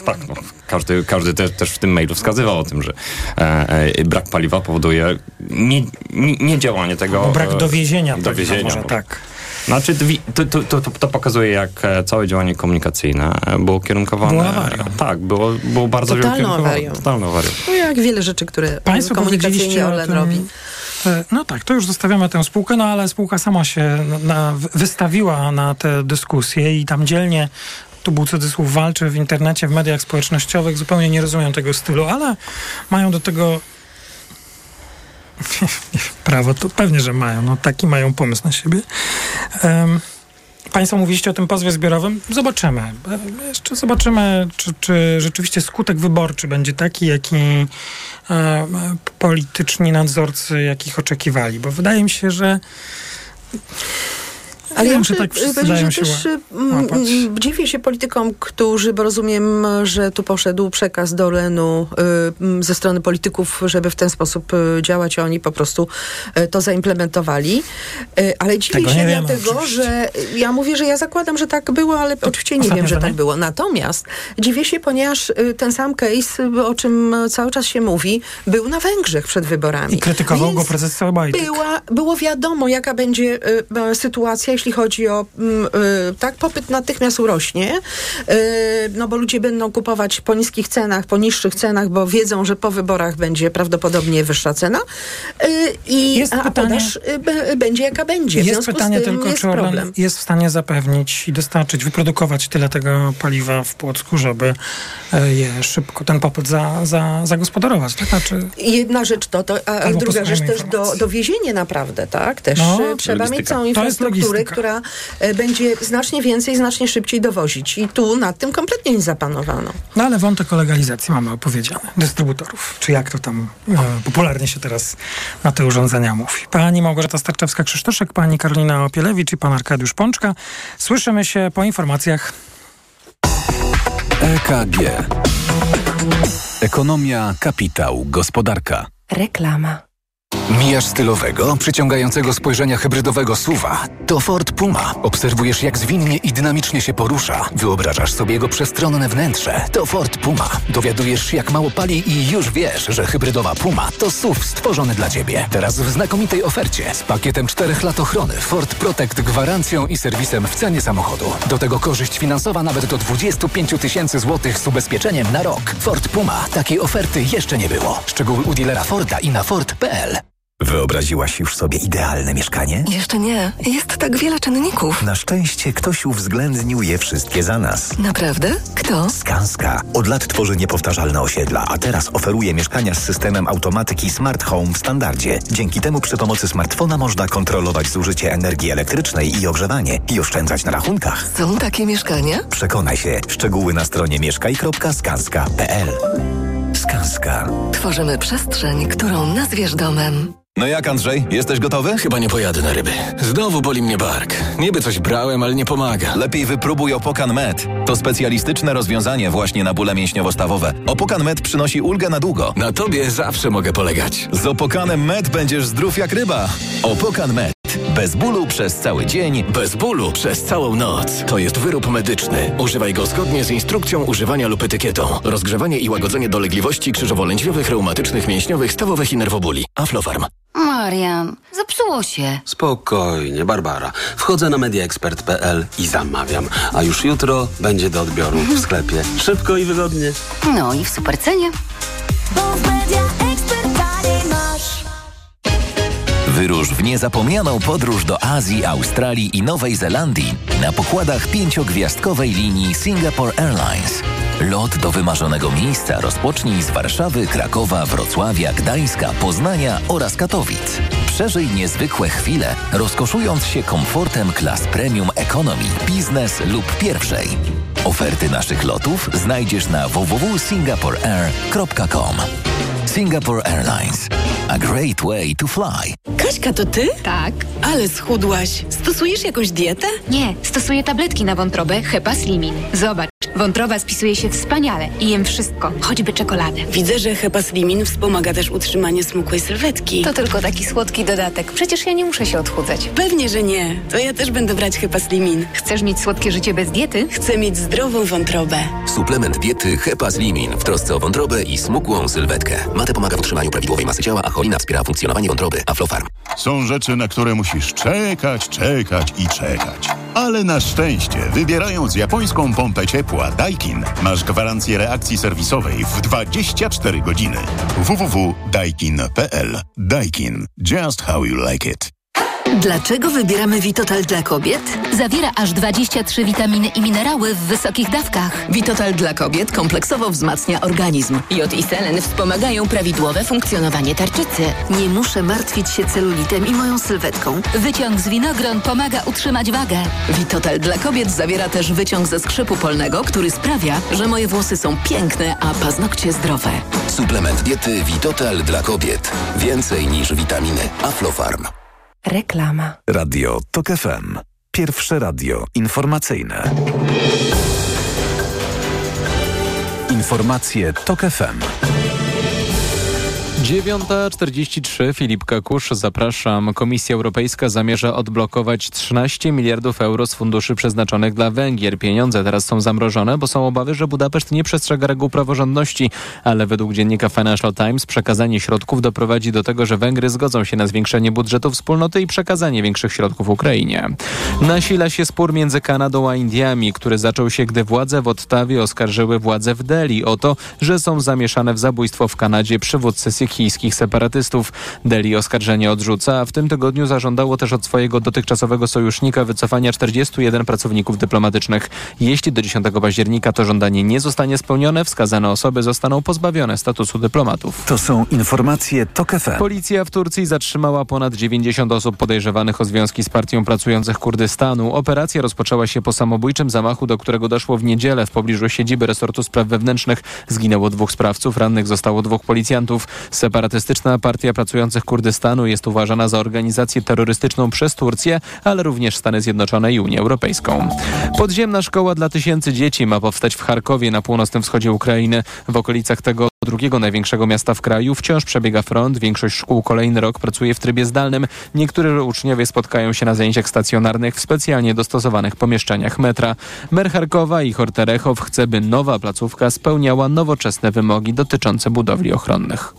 każdy też w tym mailu wskazywał o tym, że brak paliwa powoduje niedziałanie tego. Bo brak dowiezienia. Może tak. Znaczy, to pokazuje, jak całe działanie komunikacyjne było kierunkowane. Było awarią. Tak, było bardzo totalną awarią. Totalną awarią. No jak wiele rzeczy, które państwo komunikacyjnie Orlen robi. No tak, to już zostawiamy tę spółkę, no ale spółka sama się wystawiła na tę dyskusję i tam dzielnie, tu był cudzysłów, walczy w internecie, w mediach społecznościowych. Zupełnie nie rozumiem tego stylu, ale mają do tego prawo, to pewnie, że mają. No taki mają pomysł na siebie. Państwo mówiliście o tym pozwie zbiorowym. Zobaczymy. Jeszcze zobaczymy, czy rzeczywiście skutek wyborczy będzie taki, jaki polityczni nadzorcy jakich oczekiwali. Bo wydaje mi się, że ale ja muszę tak wszyscy się też dziwię się politykom, bo rozumiem, że tu poszedł przekaz do Orlenu ze strony polityków, żeby w ten sposób działać, a oni po prostu to zaimplementowali. Ale dziwię się dlatego, że ja mówię, że ja zakładam, że tak było, ale oczywiście nie wiem, że tak było. Natomiast dziwię się, ponieważ ten sam case, o czym cały czas się mówi, był na Węgrzech przed wyborami. I krytykował go prezes Obajtek. Było wiadomo, jaka będzie sytuacja, jeśli chodzi o popyt natychmiast urośnie, no bo ludzie będą kupować po niskich cenach, po niższych cenach, bo wiedzą, że po wyborach będzie prawdopodobnie wyższa cena a podaż będzie jaka będzie. Jest pytanie tylko, czy Orlen jest w stanie zapewnić i dostarczyć, wyprodukować tyle tego paliwa w Płocku, żeby je szybko, ten popyt zagospodarować. Tak? Znaczy, jedna rzecz a druga rzecz też dowiezienie naprawdę, tak? Też trzeba mieć całą infrastrukturę, która będzie znacznie więcej, znacznie szybciej dowozić. I tu nad tym kompletnie nie zapanowano. No ale wątek o legalizacji mamy opowiedziany. Dystrybutorów. Czy jak to tam popularnie się teraz na te urządzenia mówi. Pani Małgorzata Starczewska-Krzysztoszek, pani Karolina Opielewicz i pan Arkadiusz Pączka. Słyszymy się po informacjach. EKG. Ekonomia, kapitał, gospodarka. Reklama. Mijasz stylowego, przyciągającego spojrzenia hybrydowego SUV-a. To Ford Puma. Obserwujesz, jak zwinnie i dynamicznie się porusza. Wyobrażasz sobie jego przestronne wnętrze. To Ford Puma. Dowiadujesz się, jak mało pali i już wiesz, że hybrydowa Puma to SUV stworzony dla Ciebie. Teraz w znakomitej ofercie z pakietem 4 lat ochrony, Ford Protect, gwarancją i serwisem w cenie samochodu. Do tego korzyść finansowa nawet do 25 000 złotych z ubezpieczeniem na rok. Ford Puma. Takiej oferty jeszcze nie było. Szczegóły u dealera Forda i na Ford.pl. Wyobraziłaś już sobie idealne mieszkanie? Jeszcze nie. Jest tak wiele czynników. Na szczęście ktoś uwzględnił je wszystkie za nas. Naprawdę? Kto? Skanska. Od lat tworzy niepowtarzalne osiedla, a teraz oferuje mieszkania z systemem automatyki Smart Home w standardzie. Dzięki temu przy pomocy smartfona można kontrolować zużycie energii elektrycznej i ogrzewanie i oszczędzać na rachunkach. Są takie mieszkania? Przekonaj się. Szczegóły na stronie mieszkaj.skanska.pl. Skanska. Tworzymy przestrzeń, którą nazwiesz domem. No jak, Andrzej? Jesteś gotowy? Chyba nie pojadę na ryby. Znowu boli mnie bark. Niby coś brałem, ale nie pomaga. Lepiej wypróbuj Opokan Med. To specjalistyczne rozwiązanie właśnie na bóle mięśniowo-stawowe. Opokan Med przynosi ulgę na długo. Na tobie zawsze mogę polegać. Z Opokanem Med będziesz zdrów jak ryba. Opokan Med. Bez bólu przez cały dzień. Bez bólu przez całą noc. To jest wyrób medyczny. Używaj go zgodnie z instrukcją używania lub etykietą. Rozgrzewanie i łagodzenie dolegliwości krzyżowo-lędźwiowych, reumatycznych, mięśniowych, stawowych i nerwobóli. Aflofarm. Marian, zepsuło się. Spokojnie, Barbara. Wchodzę na mediaexpert.pl i zamawiam. A już jutro będzie do odbioru w sklepie. Szybko i wygodnie. No i w super cenie. Bo w MediaExpert taniej masz. Wyrusz w niezapomnianą podróż do Azji, Australii i Nowej Zelandii na pokładach 5-gwiazdkowej linii Singapore Airlines. Lot do wymarzonego miejsca rozpocznij z Warszawy, Krakowa, Wrocławia, Gdańska, Poznania oraz Katowic. Przeżyj niezwykłe chwile, rozkoszując się komfortem klas premium economy, biznes lub pierwszej. Oferty naszych lotów znajdziesz na www.singaporeair.com. Singapore Airlines. A great way to fly. Kaśka, to ty? Tak. Ale schudłaś. Stosujesz jakąś dietę? Nie, stosuję tabletki na wątrobę Hepa Slimin. Zobacz, wątroba spisuje się wspaniale i jem wszystko, choćby czekoladę. Widzę, że Hepa Slimin wspomaga też utrzymanie smukłej sylwetki. To tylko taki słodki dodatek. Przecież ja nie muszę się odchudzać. Pewnie, że nie. To ja też będę brać Hepa Slimin. Chcesz mieć słodkie życie bez diety? Chcę mieć zdrową wątrobę. Suplement diety Hepa Slimin w trosce o wątrobę i smukłą sylwetkę. Mate pomaga w utrzymaniu prawidłowej masy ciała, a cholina wspiera funkcjonowanie wątroby. Aflofarm. Są rzeczy, na które musisz czekać i czekać. Ale na szczęście, wybierając japońską pompę ciepła Daikin, masz gwarancję reakcji serwisowej w 24 godziny. www.daikin.pl. Daikin. Just how you like it. Dlaczego wybieramy Vitotal dla kobiet? Zawiera aż 23 witaminy i minerały w wysokich dawkach. Vitotal dla kobiet kompleksowo wzmacnia organizm. Jod i selen wspomagają prawidłowe funkcjonowanie tarczycy. Nie muszę martwić się celulitem i moją sylwetką. Wyciąg z winogron pomaga utrzymać wagę. Vitotal dla kobiet zawiera też wyciąg ze skrzypu polnego, który sprawia, że moje włosy są piękne, a paznokcie zdrowe. Suplement diety Vitotal dla kobiet. Więcej niż witaminy. Aflofarm. Reklama. Radio TOK FM. Pierwsze radio informacyjne. Informacje TOK FM. 9:43, Filip Kakusz, zapraszam. Komisja Europejska zamierza odblokować 13 miliardów euro z funduszy przeznaczonych dla Węgier. Pieniądze teraz są zamrożone, bo są obawy, że Budapeszt nie przestrzega reguł praworządności. Ale według dziennika Financial Times przekazanie środków doprowadzi do tego, że Węgry zgodzą się na zwiększenie budżetu wspólnoty i przekazanie większych środków Ukrainie. Nasila się spór między Kanadą a Indiami, który zaczął się, gdy władze w Ottawie oskarżyły władze w Delhi o to, że są zamieszane w zabójstwo w Kanadzie przywódcy chińskich separatystów. Delhi oskarżenie odrzuca, a w tym tygodniu zażądało też od swojego dotychczasowego sojusznika wycofania 41 pracowników dyplomatycznych. Jeśli do 10 października to żądanie nie zostanie spełnione, wskazane osoby zostaną pozbawione statusu dyplomatów. To są informacje TOK FM. Policja w Turcji zatrzymała ponad 90 osób podejrzewanych o związki z Partią Pracujących Kurdystanu. Operacja rozpoczęła się po samobójczym zamachu, do którego doszło w niedzielę w pobliżu siedziby resortu spraw wewnętrznych. Zginęło 2 sprawców, rannych zostało 2 policjantów. Separatystyczna Partia Pracujących Kurdystanu jest uważana za organizację terrorystyczną przez Turcję, ale również Stany Zjednoczone i Unię Europejską. Podziemna szkoła dla tysięcy dzieci ma powstać w Charkowie na północnym wschodzie Ukrainy. W okolicach tego drugiego największego miasta w kraju wciąż przebiega front. Większość szkół kolejny rok pracuje w trybie zdalnym. Niektórzy uczniowie spotkają się na zajęciach stacjonarnych w specjalnie dostosowanych pomieszczeniach metra. Mer Charkowa Ihor Terechow chce, by nowa placówka spełniała nowoczesne wymogi dotyczące budowli ochronnych.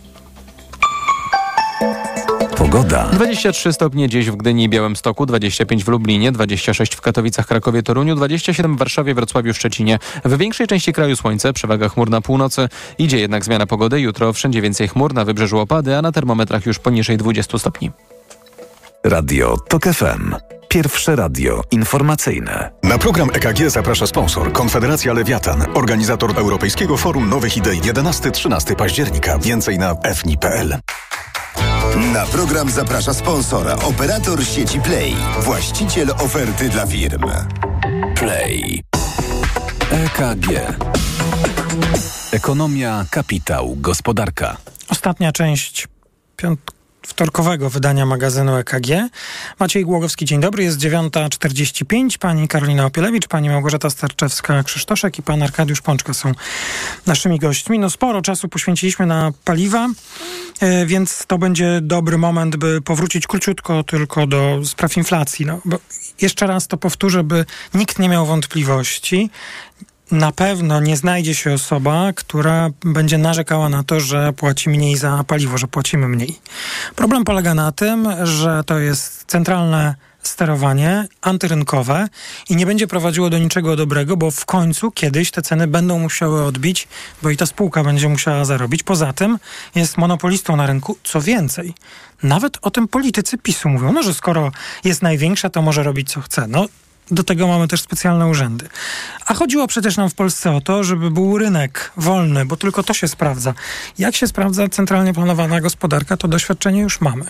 Pogoda. 23 stopnie dziś w Gdyni i Białymstoku, 25 w Lublinie, 26 w Katowicach, Krakowie, Toruniu, 27 w Warszawie, Wrocławiu, Szczecinie. W większej części kraju słońce, przewaga chmur na północy. Idzie jednak zmiana pogody. Jutro wszędzie więcej chmur, na wybrzeżu opady, a na termometrach już poniżej 20 stopni. Radio TOK FM. Pierwsze radio informacyjne. Na program EKG zaprasza sponsor Konfederacja Lewiatan, organizator Europejskiego Forum Nowych Idei 11-13 października. Więcej na fni.pl. Na program zaprasza sponsora, operator sieci Play, właściciel oferty dla firm. Play. EKG. Ekonomia, kapitał, gospodarka. Ostatnia część wtorkowego wydania magazynu EKG. Maciej Głogowski, dzień dobry. Jest 9:45. Pani Karolina Opielewicz, pani Małgorzata Starczewska-Krzysztoszek i pan Arkadiusz Pączka są naszymi gośćmi. No sporo czasu poświęciliśmy na paliwa, więc to będzie dobry moment, by powrócić króciutko tylko do spraw inflacji. No, bo jeszcze raz to powtórzę, by nikt nie miał wątpliwości. Na pewno nie znajdzie się osoba, która będzie narzekała na to, że płaci mniej za paliwo, że płacimy mniej. Problem polega na tym, że to jest centralne sterowanie antyrynkowe i nie będzie prowadziło do niczego dobrego, bo w końcu kiedyś te ceny będą musiały odbić, bo i ta spółka będzie musiała zarobić. Poza tym jest monopolistą na rynku. Co więcej, nawet o tym politycy PiS-u mówią, no, że skoro jest największa, to może robić co chce. No, do tego mamy też specjalne urzędy. A chodziło przecież nam w Polsce o to, żeby był rynek wolny, bo tylko to się sprawdza. Jak się sprawdza centralnie planowana gospodarka, to doświadczenie już mamy.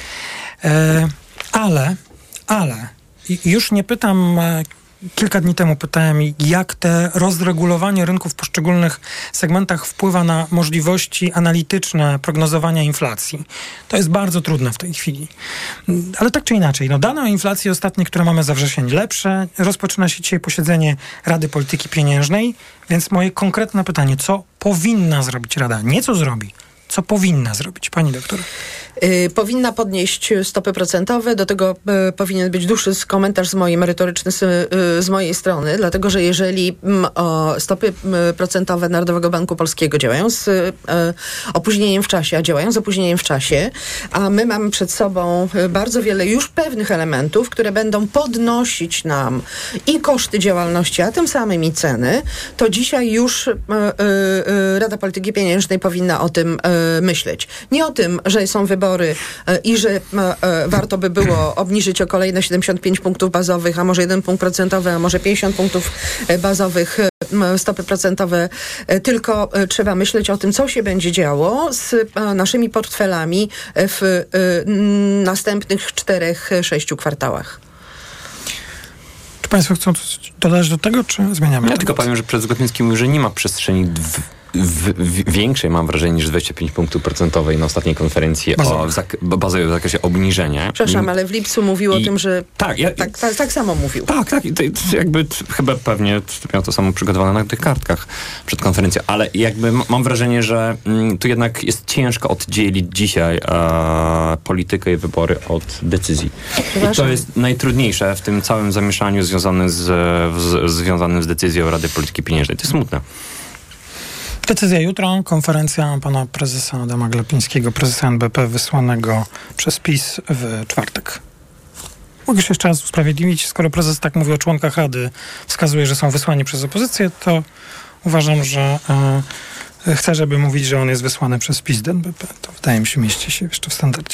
Ale już nie pytam, kilka dni temu pytałem, jak te rozregulowanie rynku w poszczególnych segmentach wpływa na możliwości analityczne prognozowania inflacji. To jest bardzo trudne w tej chwili. Ale tak czy inaczej, no dane o inflacji ostatnie, które mamy za wrzesień, lepsze. Rozpoczyna się dzisiaj posiedzenie Rady Polityki Pieniężnej, więc moje konkretne pytanie, co powinna zrobić Rada? Nie co zrobi, Co powinna zrobić pani doktor? Powinna podnieść stopy procentowe, do tego powinien być dłuższy komentarz merytoryczny z mojej strony, dlatego że jeżeli stopy procentowe Narodowego Banku Polskiego działają z opóźnieniem w czasie, a my mamy przed sobą bardzo wiele już pewnych elementów, które będą podnosić nam i koszty działalności, a tym samym i ceny, to dzisiaj już Rada Polityki Pieniężnej powinna o tym myśleć. Nie o tym, że są wybory i że warto by było obniżyć o kolejne 75 punktów bazowych, a może 1 punkt procentowy, a może 50 punktów bazowych stopy procentowe, tylko trzeba myśleć o tym, co się będzie działo z naszymi portfelami w następnych 4-6 kwartałach. Czy państwo chcą coś dodać do tego, czy zmieniamy? Ja tylko powiem, że prezes Glapiński mówi, że nie ma przestrzeni większej, mam wrażenie, niż 25 punktów procentowej na ostatniej konferencji bazowej w zakresie obniżenia. Przepraszam, ale w lipcu mówił o tym, że tak samo mówił. Tak, jakby chyba pewnie miał to samo przygotowane na tych kartkach przed konferencją, ale jakby mam wrażenie, że tu jednak jest ciężko oddzielić dzisiaj politykę i wybory od decyzji. I to jest najtrudniejsze w tym całym zamieszaniu związanym z decyzją Rady Polityki Pieniężnej. To jest smutne. Decyzja jutro, konferencja pana prezesa Adama Glapińskiego, prezesa NBP, wysłanego przez PiS w czwartek. Mogę się jeszcze raz usprawiedliwić, skoro prezes tak mówi o członkach Rady, wskazuje, że są wysłani przez opozycję, to uważam, że chcę, żeby mówić, że on jest wysłany przez PiS do NBP. To wydaje mi się mieści się jeszcze w standardzie.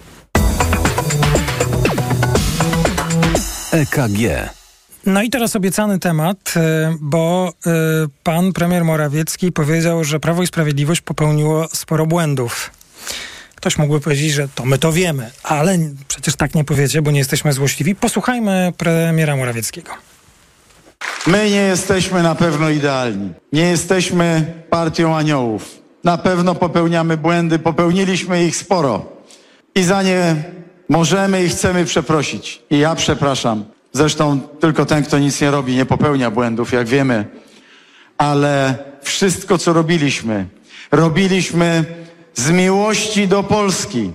EKG. No i teraz obiecany temat, bo pan premier Morawiecki powiedział, że Prawo i Sprawiedliwość popełniło sporo błędów. Ktoś mógłby powiedzieć, że to my to wiemy, ale przecież tak nie powiecie, bo nie jesteśmy złośliwi. Posłuchajmy premiera Morawieckiego. My nie jesteśmy na pewno idealni. Nie jesteśmy partią aniołów. Na pewno popełniamy błędy, popełniliśmy ich sporo. I za nie możemy i chcemy przeprosić. I ja przepraszam. Zresztą tylko ten, kto nic nie robi, nie popełnia błędów, jak wiemy. Ale wszystko, co robiliśmy z miłości do Polski.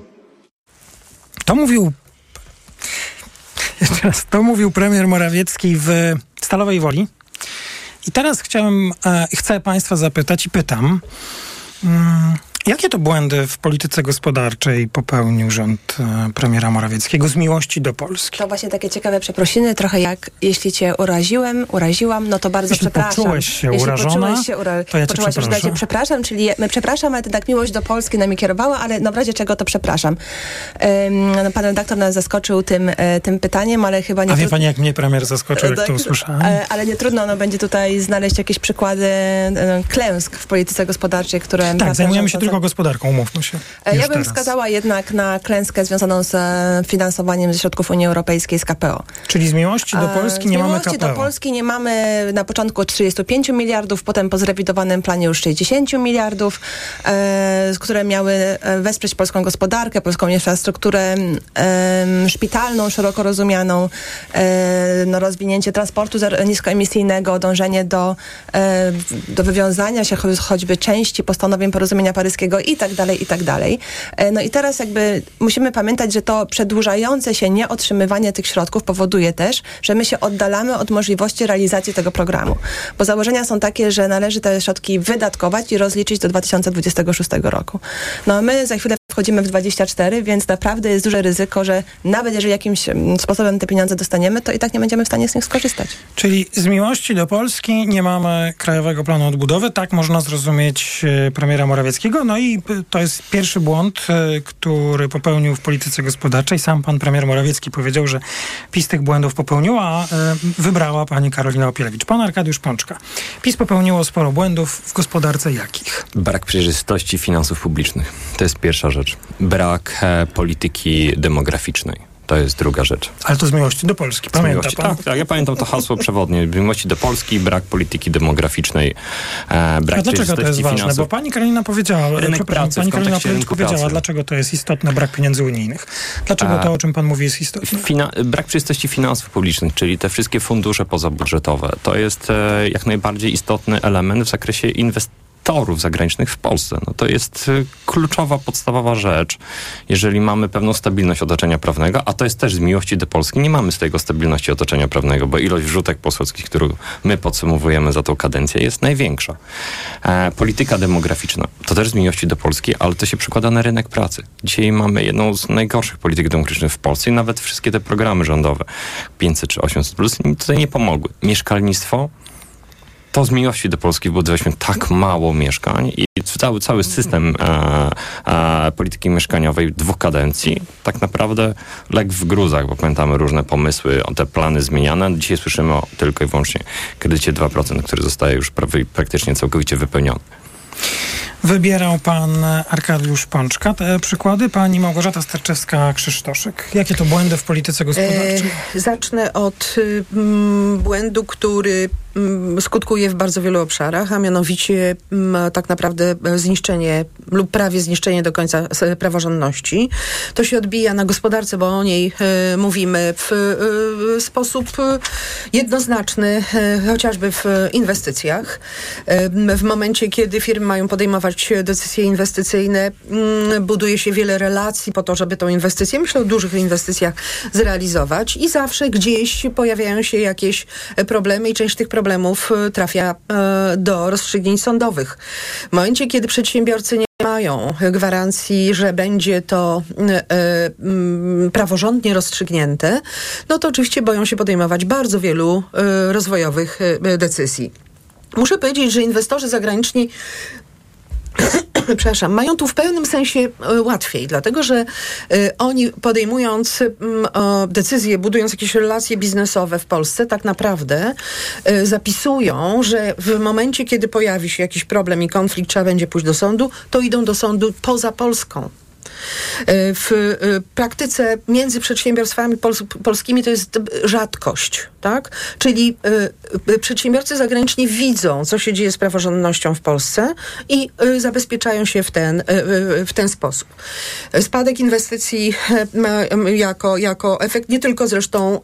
To mówił premier Morawiecki w Stalowej Woli. I teraz chcę państwa zapytać i pytam, jakie to błędy w polityce gospodarczej popełnił rząd premiera Morawieckiego z miłości do Polski? To właśnie takie ciekawe przeprosiny, trochę jak jeśli cię uraziłam, no to bardzo przepraszam. Poczułeś się urażona, to ja cię przepraszam. Przepraszam, czyli przepraszam, ale tak miłość do Polski nami kierowała, ale no w razie czego to przepraszam. Pan redaktor nas zaskoczył tym pytaniem, ale chyba nie... A wie pani, jak mnie premier zaskoczył, jak to usłyszałem? Ale nie trudno, będzie tutaj znaleźć jakieś przykłady klęsk w polityce gospodarczej, które... Tak, zajmujemy się tylko gospodarką, umówmy się. Ja bym wskazała jednak na klęskę związaną z finansowaniem ze środków Unii Europejskiej z KPO. Czyli z miłości do Polski nie mamy KPO. Z miłości do Polski nie mamy na początku 35 miliardów, potem po zrewidowanym planie już 60 miliardów, które miały wesprzeć polską gospodarkę, polską infrastrukturę szpitalną, szeroko rozumianą, rozwinięcie transportu niskoemisyjnego, dążenie do wywiązania się choćby części postanowień porozumienia paryskiego i tak dalej. No i teraz jakby musimy pamiętać, że to przedłużające się nieotrzymywanie tych środków powoduje też, że my się oddalamy od możliwości realizacji tego programu. Bo założenia są takie, że należy te środki wydatkować i rozliczyć do 2026 roku. No my za chwilę wchodzimy w 24, więc naprawdę jest duże ryzyko, że nawet jeżeli jakimś sposobem te pieniądze dostaniemy, to i tak nie będziemy w stanie z nich skorzystać. Czyli z miłości do Polski nie mamy Krajowego Planu Odbudowy, tak można zrozumieć premiera Morawieckiego. No i to jest pierwszy błąd, który popełnił w polityce gospodarczej. Sam pan premier Morawiecki powiedział, że PiS tych błędów popełnił, a wybrała pani Karolina Opielewicz. Pan Arkadiusz Pączka. PiS popełniło sporo błędów w gospodarce. Jakich? Brak przejrzystości finansów publicznych. To jest pierwsza rzecz. Brak polityki demograficznej. To jest druga rzecz. Ale to z miłości do Polski, pamięta pan? Tak, ja pamiętam to hasło przewodnie. Z miłości do Polski, brak polityki demograficznej, brak dlaczego to jest ważne? Bo pani Karolina powiedziała, pani Karolina powiedziała, dlaczego to jest istotne, brak pieniędzy unijnych. Dlaczego to, o czym pan mówi, jest istotne? Brak przejrzystości finansów publicznych, czyli te wszystkie fundusze pozabudżetowe. To jest jak najbardziej istotny element w zakresie inwestycji inwestorów zagranicznych w Polsce. No to jest kluczowa, podstawowa rzecz. Jeżeli mamy pewną stabilność otoczenia prawnego, a to jest też z miłości do Polski, nie mamy z tego stabilności otoczenia prawnego, bo ilość wrzutek poselskich, którą my podsumowujemy za tą kadencję, jest największa. Polityka demograficzna, to też z miłości do Polski, ale to się przekłada na rynek pracy. Dzisiaj mamy jedną z najgorszych polityk demograficznych w Polsce i nawet wszystkie te programy rządowe, 500 czy 800+, tutaj nie pomogły. Mieszkalnictwo, to z miłości do Polski budowaliśmy tak mało mieszkań i cały system polityki mieszkaniowej 2 kadencji tak naprawdę legł w gruzach, bo pamiętamy różne pomysły, te plany zmieniane. Dzisiaj słyszymy tylko i wyłącznie kredycie 2%, który zostaje już praktycznie całkowicie wypełniony. Wybierał pan Arkadiusz Pączka te przykłady, pani Małgorzata Sterczewska-Krzysztoszyk. Jakie to błędy w polityce gospodarczej? Zacznę od błędu, który skutkuje w bardzo wielu obszarach, a mianowicie tak naprawdę zniszczenie lub prawie zniszczenie do końca praworządności. To się odbija na gospodarce, bo o niej mówimy w sposób jednoznaczny, chociażby w inwestycjach. W momencie, kiedy firmy mają podejmować decyzje inwestycyjne, buduje się wiele relacji po to, żeby tą inwestycję, myślę o dużych inwestycjach, zrealizować i zawsze gdzieś pojawiają się jakieś problemy i część tych problemów trafia do rozstrzygnięć sądowych. W momencie, kiedy przedsiębiorcy nie mają gwarancji, że będzie to praworządnie rozstrzygnięte, no to oczywiście boją się podejmować bardzo wielu rozwojowych decyzji. Muszę powiedzieć, że inwestorzy zagraniczni mają tu w pewnym sensie łatwiej, dlatego że oni podejmując decyzje, budując jakieś relacje biznesowe w Polsce, tak naprawdę zapisują, że w momencie, kiedy pojawi się jakiś problem i konflikt, trzeba będzie pójść do sądu, to idą do sądu poza Polską. W praktyce między przedsiębiorstwami polskimi to jest rzadkość, tak? Czyli przedsiębiorcy zagraniczni widzą, co się dzieje z praworządnością w Polsce i zabezpieczają się w ten sposób. Spadek inwestycji jako efekt nie tylko zresztą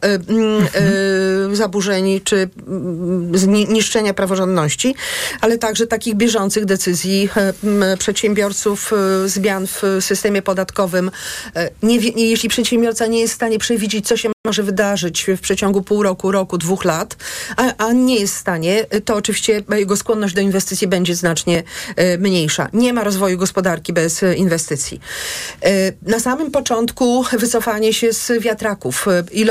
zaburzeń czy niszczenia praworządności, ale także takich bieżących decyzji przedsiębiorców, zmian w systemie podatkowym. Jeśli przedsiębiorca nie jest w stanie przewidzieć, co się może wydarzyć w przeciągu pół roku, 2 lat, a nie jest w stanie, to oczywiście jego skłonność do inwestycji będzie znacznie mniejsza. Nie ma rozwoju gospodarki bez inwestycji. Na samym początku wycofanie się z wiatraków.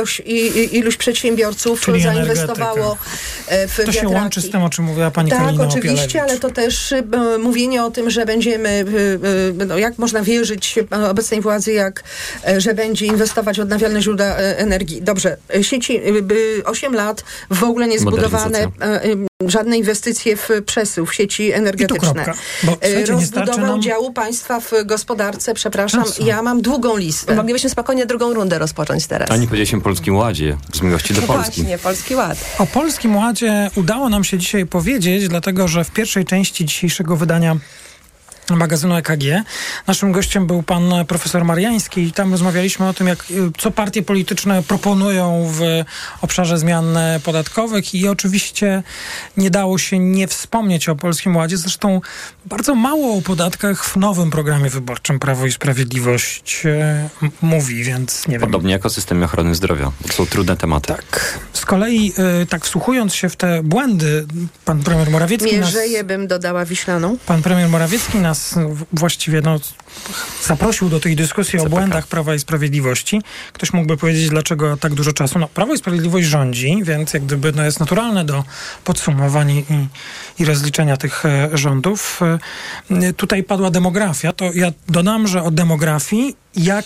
Ilość przedsiębiorców zainwestowało w wiatraki. To się łączy z tym, o czym mówiła pani Kalina Opielewicz. Tak, oczywiście, ale to też mówienie o tym, że będziemy, jak można wierzyć obecnej władzy, że będzie inwestować w odnawialne źródła energii. Dobrze, sieci 8 lat w ogóle nie zbudowane żadne inwestycje w przesył, w sieci energetyczne. Rozbudowa udziału państwa w gospodarce, ja mam długą listę. Moglibyśmy spokojnie drugą rundę rozpocząć teraz. A nie powiedzieliśmy o Polskim Ładzie, z miłości do Polski. Właśnie, Polski Ład. O Polskim Ładzie udało nam się dzisiaj powiedzieć, dlatego że w pierwszej części dzisiejszego wydania magazynu EKG. Naszym gościem był pan profesor Mariański i tam rozmawialiśmy o tym, co partie polityczne proponują w obszarze zmian podatkowych i oczywiście nie dało się nie wspomnieć o Polskim Ładzie. Zresztą bardzo mało o podatkach w nowym programie wyborczym Prawo i Sprawiedliwość mówi, więc nie wiem. Podobnie jak o systemie ochrony zdrowia. To są trudne tematy. Tak. Z kolei, tak wsłuchując się w te błędy, pan premier Morawiecki Mierzeję bym dodała wiślaną. Pan premier Morawiecki nas właściwie zaprosił do tej dyskusji o błędach Prawa i Sprawiedliwości. Ktoś mógłby powiedzieć, dlaczego tak dużo czasu. Prawo i Sprawiedliwość rządzi, więc jak gdyby jest naturalne do podsumowań i rozliczenia tych rządów. Tutaj padła demografia. To ja dodam, że o demografii,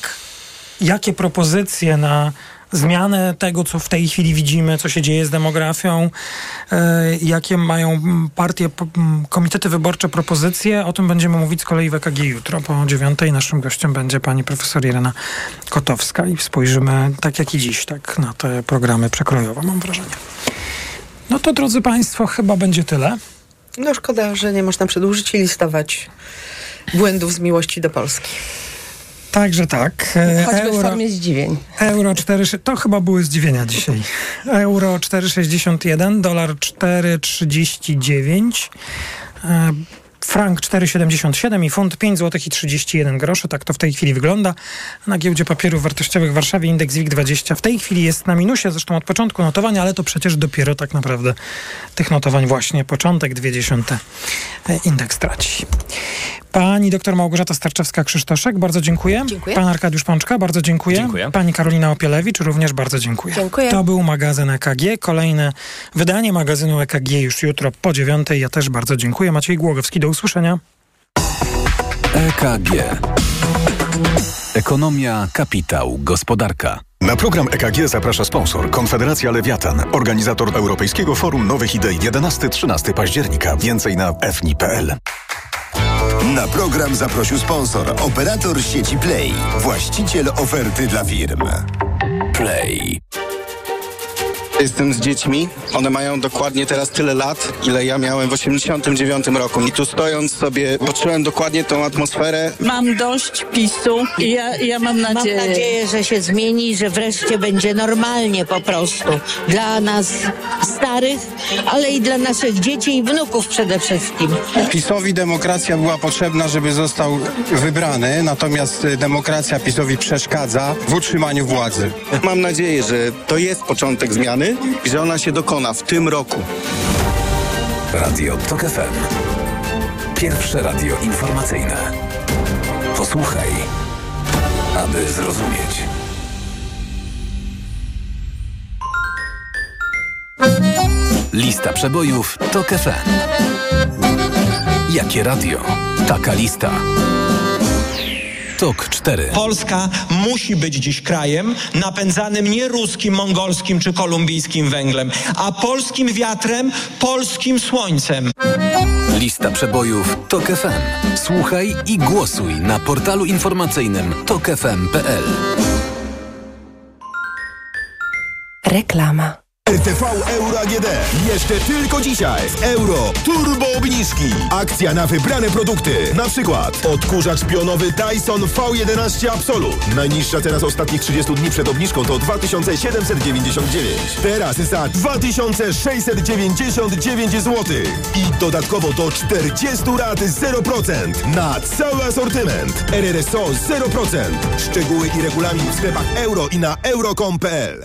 jakie propozycje na zmianę tego, co w tej chwili widzimy, co się dzieje z demografią, jakie mają partie, komitety wyborcze propozycje. O tym będziemy mówić z kolei w EKG jutro po 9:00. Naszym gościem będzie pani profesor Irena Kotowska i spojrzymy, tak jak i dziś, tak na te programy przekrojowe, mam wrażenie. No to, drodzy państwo, chyba będzie tyle. No szkoda, że nie można przedłużyć i listować błędów z miłości do Polski. Także tak. Choćby w formie zdziwień. Euro 4, to chyba były zdziwienia dzisiaj. Euro 4,61, dolar 4,39. frank 4,77 i funt 5 zł i 31 groszy. Tak to w tej chwili wygląda. Na giełdzie papierów wartościowych w Warszawie indeks WIG20 w tej chwili jest na minusie, zresztą od początku notowania, ale to przecież dopiero tak naprawdę tych notowań właśnie początek, 0,2 indeks traci. Pani doktor Małgorzata Starczewska-Krzysztoszek, bardzo dziękuję. Dziękuję. Pan Arkadiusz Pączka, bardzo dziękuję. Dziękuję. Pani Karolina Opielewicz, również bardzo dziękuję. Dziękuję. To był magazyn EKG. Kolejne wydanie magazynu EKG już jutro po 9:00. Ja też bardzo dziękuję. Maciej Głogowski, do usłyszenia. EKG. Ekonomia, kapitał, gospodarka. Na program EKG zaprasza sponsor Konfederacja Lewiatan, organizator Europejskiego Forum Nowych Idei 11-13 października. Więcej na fni.pl. Na program zaprosił sponsor, operator sieci Play, właściciel oferty dla firm. Play. Jestem z dziećmi. One mają dokładnie teraz tyle lat, ile ja miałem w 89 roku. I tu stojąc sobie, poczułem dokładnie tą atmosferę. Mam dość PiS-u i ja mam nadzieję, że się zmieni, że wreszcie będzie normalnie po prostu. Dla nas starych, ale i dla naszych dzieci i wnuków przede wszystkim. PiS-owi demokracja była potrzebna, żeby został wybrany, natomiast demokracja PiS-owi przeszkadza w utrzymaniu władzy. Mam nadzieję, że to jest początek zmiany i że ona się dokona w tym roku. Radio TOK FM. Pierwsze radio informacyjne. Posłuchaj, aby zrozumieć. Lista przebojów TOK FM. Jakie radio? Taka lista. TOK 4. Polska musi być dziś krajem napędzanym nie ruskim, mongolskim czy kolumbijskim węglem, a polskim wiatrem, polskim słońcem. Lista przebojów TOK FM. Słuchaj i głosuj na portalu informacyjnym tokfm.pl. Reklama. RTV Euro AGD. Jeszcze tylko dzisiaj z Euro Turbo obniżki. Akcja na wybrane produkty. Na przykład odkurzacz pionowy Dyson V11 Absolut. Najniższa cena z ostatnich 30 dni przed obniżką to 2799. Teraz za 2699 zł. I dodatkowo do 40 rat 0% na cały asortyment. RRSO 0%. Szczegóły i regulamin w sklepach Euro i na euro.com.pl.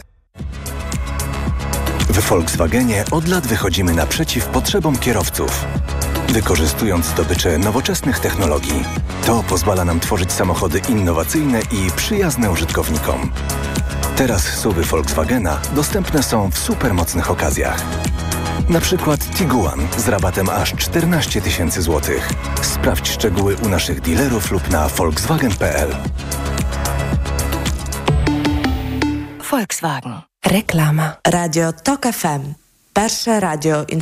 W Volkswagenie od lat wychodzimy naprzeciw potrzebom kierowców, wykorzystując zdobycze nowoczesnych technologii. To pozwala nam tworzyć samochody innowacyjne i przyjazne użytkownikom. Teraz SUV-y Volkswagena dostępne są w supermocnych okazjach. Na przykład Tiguan z rabatem aż 14 000 złotych. Sprawdź szczegóły u naszych dealerów lub na volkswagen.pl. Volkswagen. Reklama. Radio TOK FM. Pierwsze radio